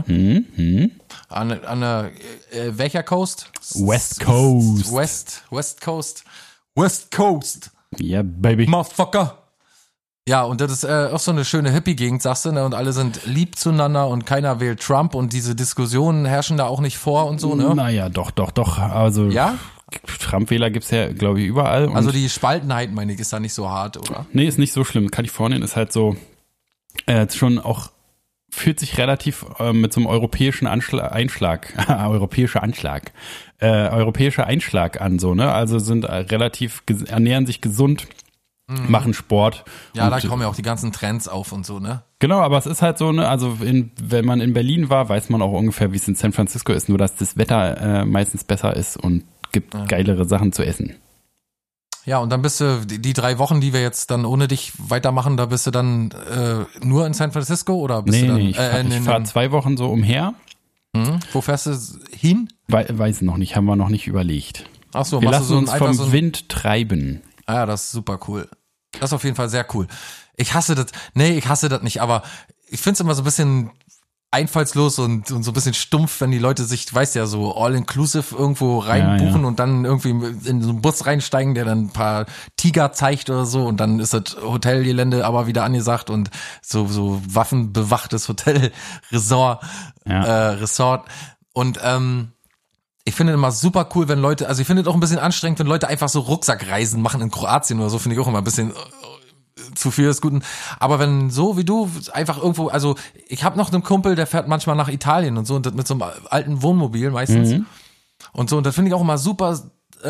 An der, welcher Coast? West Coast. West Coast. West Coast. Ja, Baby. Motherfucker. Ja, und das ist auch so eine schöne Hippie-Gegend, sagst du, ne? Und alle sind lieb zueinander und keiner wählt Trump und diese Diskussionen herrschen da auch nicht vor und so, ne? Naja, doch. Also Ja? Trump-Wähler gibt's ja, glaube ich, überall. Und Also die Spaltenheit, meine ich, ist da nicht so hart, oder? nee, ist nicht so schlimm. Kalifornien ist halt so schon auch, fühlt sich relativ mit so einem europäischen Einschlag an, so, ne? Also sind relativ, ernähren sich gesund, machen Sport. Ja, und, da kommen ja auch die ganzen Trends auf und so, ne? genau, aber es ist halt so, ne, also wenn man in Berlin war, weiß man auch ungefähr, wie es in San Francisco ist, nur dass das Wetter meistens besser ist und gibt geilere Sachen zu essen. Ja, und dann bist du, die 3 Wochen, die wir jetzt dann ohne dich weitermachen, da bist du dann nur in San Francisco oder bist du dann? Ich fahr 2 Wochen so umher. Wo fährst du hin? Weiß noch nicht, haben wir noch nicht überlegt. Ach so, Wir machst du lassen so uns einfach vom Wind treiben. Ah ja, das ist super cool. Das ist auf jeden Fall sehr cool. Ich hasse das nicht, aber ich find's immer so ein bisschen einfallslos und so ein bisschen stumpf, wenn die Leute sich, weißt ja, so all-inclusive irgendwo reinbuchen und dann irgendwie in so einen Bus reinsteigen, der dann ein paar Tiger zeigt oder so und dann ist das Hotelgelände aber wieder angesagt und so waffenbewachtes Hotel-Resort. Und ich finde immer super cool, wenn Leute, also ich finde es auch ein bisschen anstrengend, wenn Leute einfach so Rucksackreisen machen in Kroatien oder so, finde ich auch immer ein bisschen zu viel des Guten. Aber wenn so wie du einfach irgendwo, also ich habe noch einen Kumpel, der fährt manchmal nach Italien und so und das mit so einem alten Wohnmobil meistens und so und das finde ich auch immer super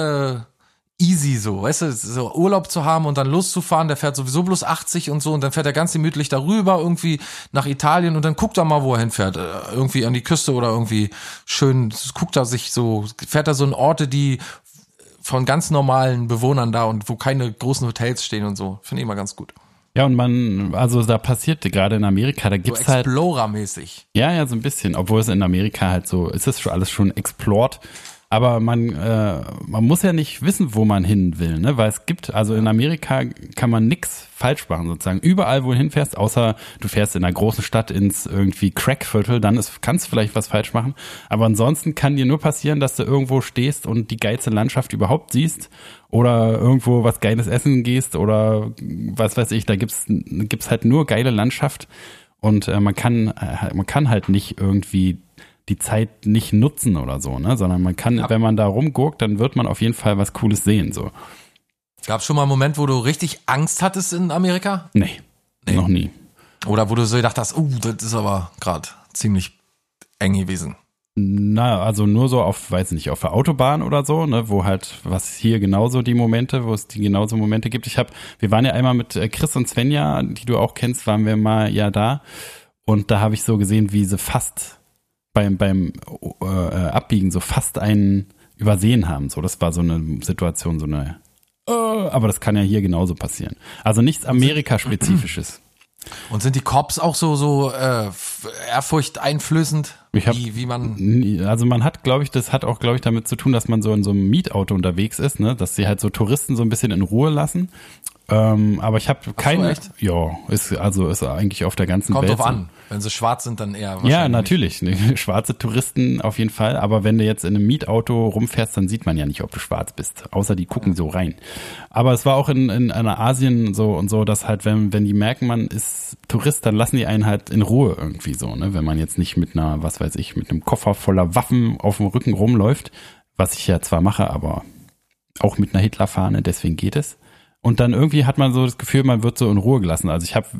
easy so, weißt du, so Urlaub zu haben und dann loszufahren, der fährt sowieso bloß 80 und so und dann fährt er ganz gemütlich darüber irgendwie nach Italien und dann guckt er mal, wo er hinfährt, irgendwie an die Küste oder irgendwie schön, fährt er so in Orte, die von ganz normalen Bewohnern da und wo keine großen Hotels stehen und so, finde ich immer ganz gut. Ja, und also da passiert gerade in Amerika, da gibt's so halt Explorer-mäßig. Ja, so ein bisschen, obwohl es in Amerika halt so, ist es schon alles schon explored. Aber man muss ja nicht wissen, wo man hin will, ne? Weil es gibt, also in Amerika kann man nix falsch machen sozusagen. Überall, wo du hinfährst, außer du fährst in einer großen Stadt ins irgendwie Crackviertel, dann kannst du vielleicht was falsch machen. Aber ansonsten kann dir nur passieren, dass du irgendwo stehst und die geilste Landschaft überhaupt siehst oder irgendwo was Geiles essen gehst oder was weiß ich, da gibt's halt nur geile Landschaft und man kann halt nicht irgendwie die Zeit nicht nutzen oder so, ne, sondern man kann, wenn man da rumguckt, dann wird man auf jeden Fall was Cooles sehen, so. Gab's schon mal einen Moment, wo du richtig Angst hattest in Amerika? Nee, noch nie. Oder wo du so gedacht hast, das ist aber gerade ziemlich eng gewesen. Na, also nur so auf der Autobahn oder so, ne, wo halt, wo es die genauso Momente gibt. Wir waren ja einmal mit Chris und Svenja, die du auch kennst, waren wir mal ja da und da habe ich so gesehen, wie sie fast beim Abbiegen so fast einen übersehen haben. So, das war so eine Situation, aber das kann ja hier genauso passieren. Also nichts Amerika-Spezifisches. Und sind die Cops auch so ehrfurchteinflößend? Also man hat, glaube ich, das hat auch, glaube ich, damit zu tun, dass man so in so einem Mietauto unterwegs ist, ne, dass sie halt so Touristen so ein bisschen in Ruhe lassen. Aber ich habe keine. echt? Ja, ist eigentlich auf der ganzen Kommt Welt. drauf so. an. Wenn sie schwarz sind, dann eher Ja, wahrscheinlich natürlich. Schwarze Touristen auf jeden Fall. Aber wenn du jetzt in einem Mietauto rumfährst, dann sieht man ja nicht, ob du schwarz bist. Außer die gucken so rein. Aber es war auch in einer Asien so und so, dass halt, wenn die merken, man ist Tourist, dann lassen die einen halt in Ruhe irgendwie so, ne? Wenn man jetzt nicht mit einer, was weiß ich, mit einem Koffer voller Waffen auf dem Rücken rumläuft, was ich ja zwar mache, aber auch mit einer Hitlerfahne, deswegen geht es. Und dann irgendwie hat man so das Gefühl, man wird so in Ruhe gelassen. Also ich habe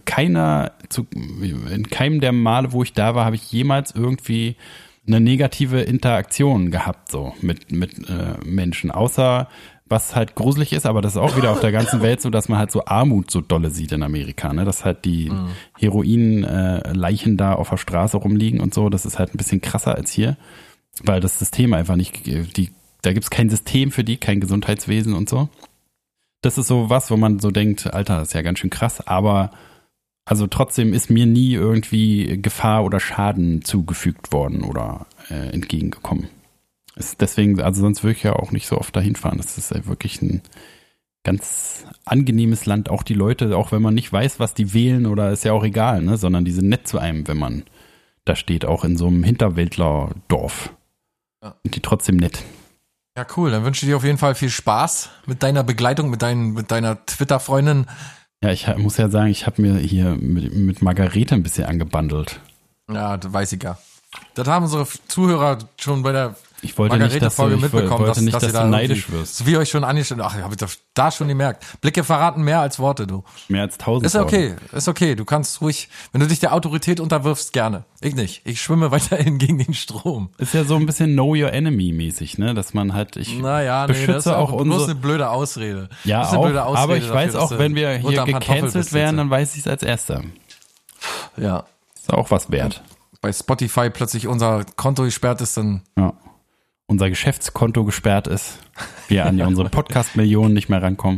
in keinem der Male, wo ich da war, habe ich jemals irgendwie eine negative Interaktion gehabt so mit Menschen. Außer was halt gruselig ist, aber das ist auch wieder auf der ganzen Welt so, dass man halt so Armut so dolle sieht in Amerika. Ne? Dass halt die Heroin-Leichen da auf der Straße rumliegen und so. Das ist halt ein bisschen krasser als hier, weil das System einfach nicht, da gibt es kein System für die, kein Gesundheitswesen und so. Das ist so was, wo man so denkt, Alter, das ist ja ganz schön krass, aber also trotzdem ist mir nie irgendwie Gefahr oder Schaden zugefügt worden oder entgegengekommen. Ist deswegen, also sonst würde ich ja auch nicht so oft dahin fahren. Das ist ja wirklich ein ganz angenehmes Land. Auch die Leute, auch wenn man nicht weiß, was die wählen oder ist ja auch egal, ne, sondern die sind nett zu einem, wenn man da steht, auch in so einem Hinterwäldlerdorf. Ja. Sind die trotzdem nett. Ja, cool. Dann wünsche ich dir auf jeden Fall viel Spaß mit deiner Begleitung, mit deiner Twitter-Freundin. Ja, ich muss ja sagen, ich habe mir hier mit Margarete ein bisschen angebandelt. Ja, das weiß ich ja. Das haben unsere Zuhörer schon bei der Ich wollte nicht, dass du neidisch wirst. So wie euch schon angestellt. Ach, ich habe da schon gemerkt. Blicke verraten mehr als Worte, du. Mehr als 1000 Ist okay, ist okay. Du kannst ruhig, wenn du dich der Autorität unterwirfst, gerne. Ich nicht. Ich schwimme weiterhin gegen den Strom. Ist ja so ein bisschen Know Your Enemy mäßig, ne? Dass man halt, beschütze das ist auch unsere. Bloß eine blöde Ausrede. Ja, das ist eine auch, blöde Ausrede aber ich weiß dafür, auch, wenn wir hier gecancelt werden, dann weiß ich es als Erster. Ja. Ist auch was wert. Bei Spotify plötzlich unser Konto gesperrt ist, dann. Ja. Unser Geschäftskonto gesperrt ist. Wir an unsere Podcast-Millionen nicht mehr rankommen.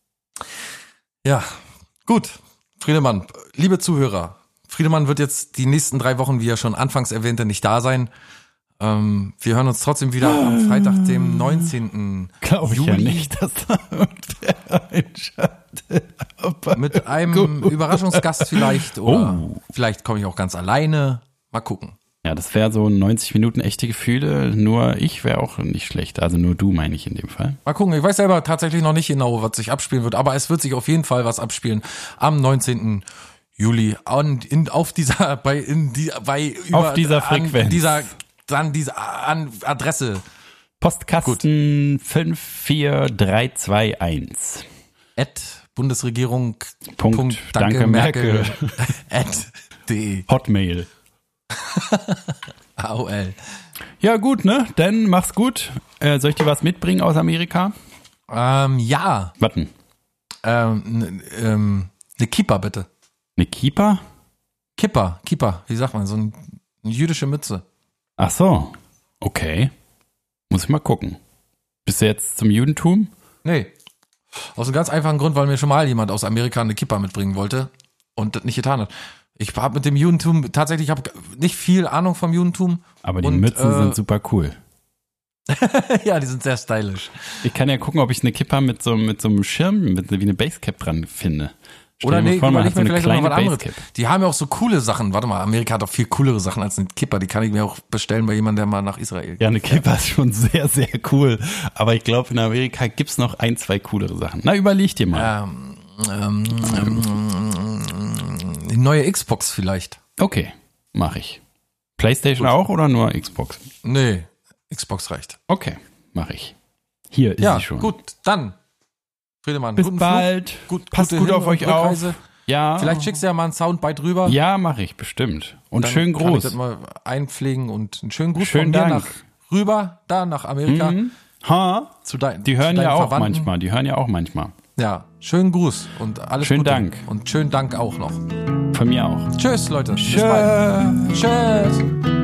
Ja, gut. Friedemann, liebe Zuhörer, Friedemann wird jetzt die nächsten 3 Wochen, wie er schon anfangs erwähnte, nicht da sein. Wir hören uns trotzdem wieder am Freitag, dem 19. Glaube ich Juli. ja nicht, dass da irgendwer einschaltet. Mit einem Überraschungsgast vielleicht oder vielleicht komme ich auch ganz alleine. Mal gucken. Ja, das wäre so 90 Minuten echte Gefühle. Nur ich wäre auch nicht schlecht. Also nur du, meine ich in dem Fall. Mal gucken. Ich weiß selber tatsächlich noch nicht genau, was sich abspielen wird. Aber es wird sich auf jeden Fall was abspielen am 19. Juli auf dieser Frequenz. Diese Adresse. Postkasten 54321. @Bundesregierung. Danke Merkel. @de. Hotmail. AOL. Ja, gut, ne? Dann mach's gut. Soll ich dir was mitbringen aus Amerika? Ja. Warten. Eine Kippa, bitte. Eine Kippa? Kippa, wie sagt man? So eine jüdische Mütze. Ach so. Okay. Muss ich mal gucken. Bist du jetzt zum Judentum? Nee. Aus einem ganz einfachen Grund, weil mir schon mal jemand aus Amerika eine Kippa mitbringen wollte und das nicht getan hat. Ich habe mit dem Judentum tatsächlich, nicht viel Ahnung vom Judentum. Aber die Mützen sind super cool. Ja, die sind sehr stylisch. Ich kann ja gucken, ob ich eine Kippa mit so einem Schirm, wie eine Basecap dran finde. Oder nee, überleg mir vielleicht noch was anderes. Basecap. Die haben ja auch so coole Sachen. Warte mal, Amerika hat auch viel coolere Sachen als eine Kippa. Die kann ich mir auch bestellen bei jemandem, der mal nach Israel geht. Ja, eine Kippa ist schon sehr, sehr cool. Aber ich glaube, in Amerika gibt's noch 1, 2 coolere Sachen. Na, überleg dir mal. Die neue Xbox vielleicht. Okay, mache ich. PlayStation auch oder nur Xbox? Nee, Xbox reicht. Okay, mache ich. Hier ist sie schon. Ja, gut, dann. Friedemann, bis bald. Passt gut auf euch auf. Ja. Vielleicht schickst du ja mal ein Soundbite rüber. Ja, mache ich bestimmt. Und dann schönen Gruß. Kann ich das mal einpflegen und einen schönen Gruß von mir rüber nach Amerika. Mhm. Die hören ja auch manchmal. Ja, schönen Gruß und alles Gute. Schönen Dank. Und schönen Dank auch noch. Von mir auch. Tschüss, Leute. Tschüss. Bis bald. Tschüss.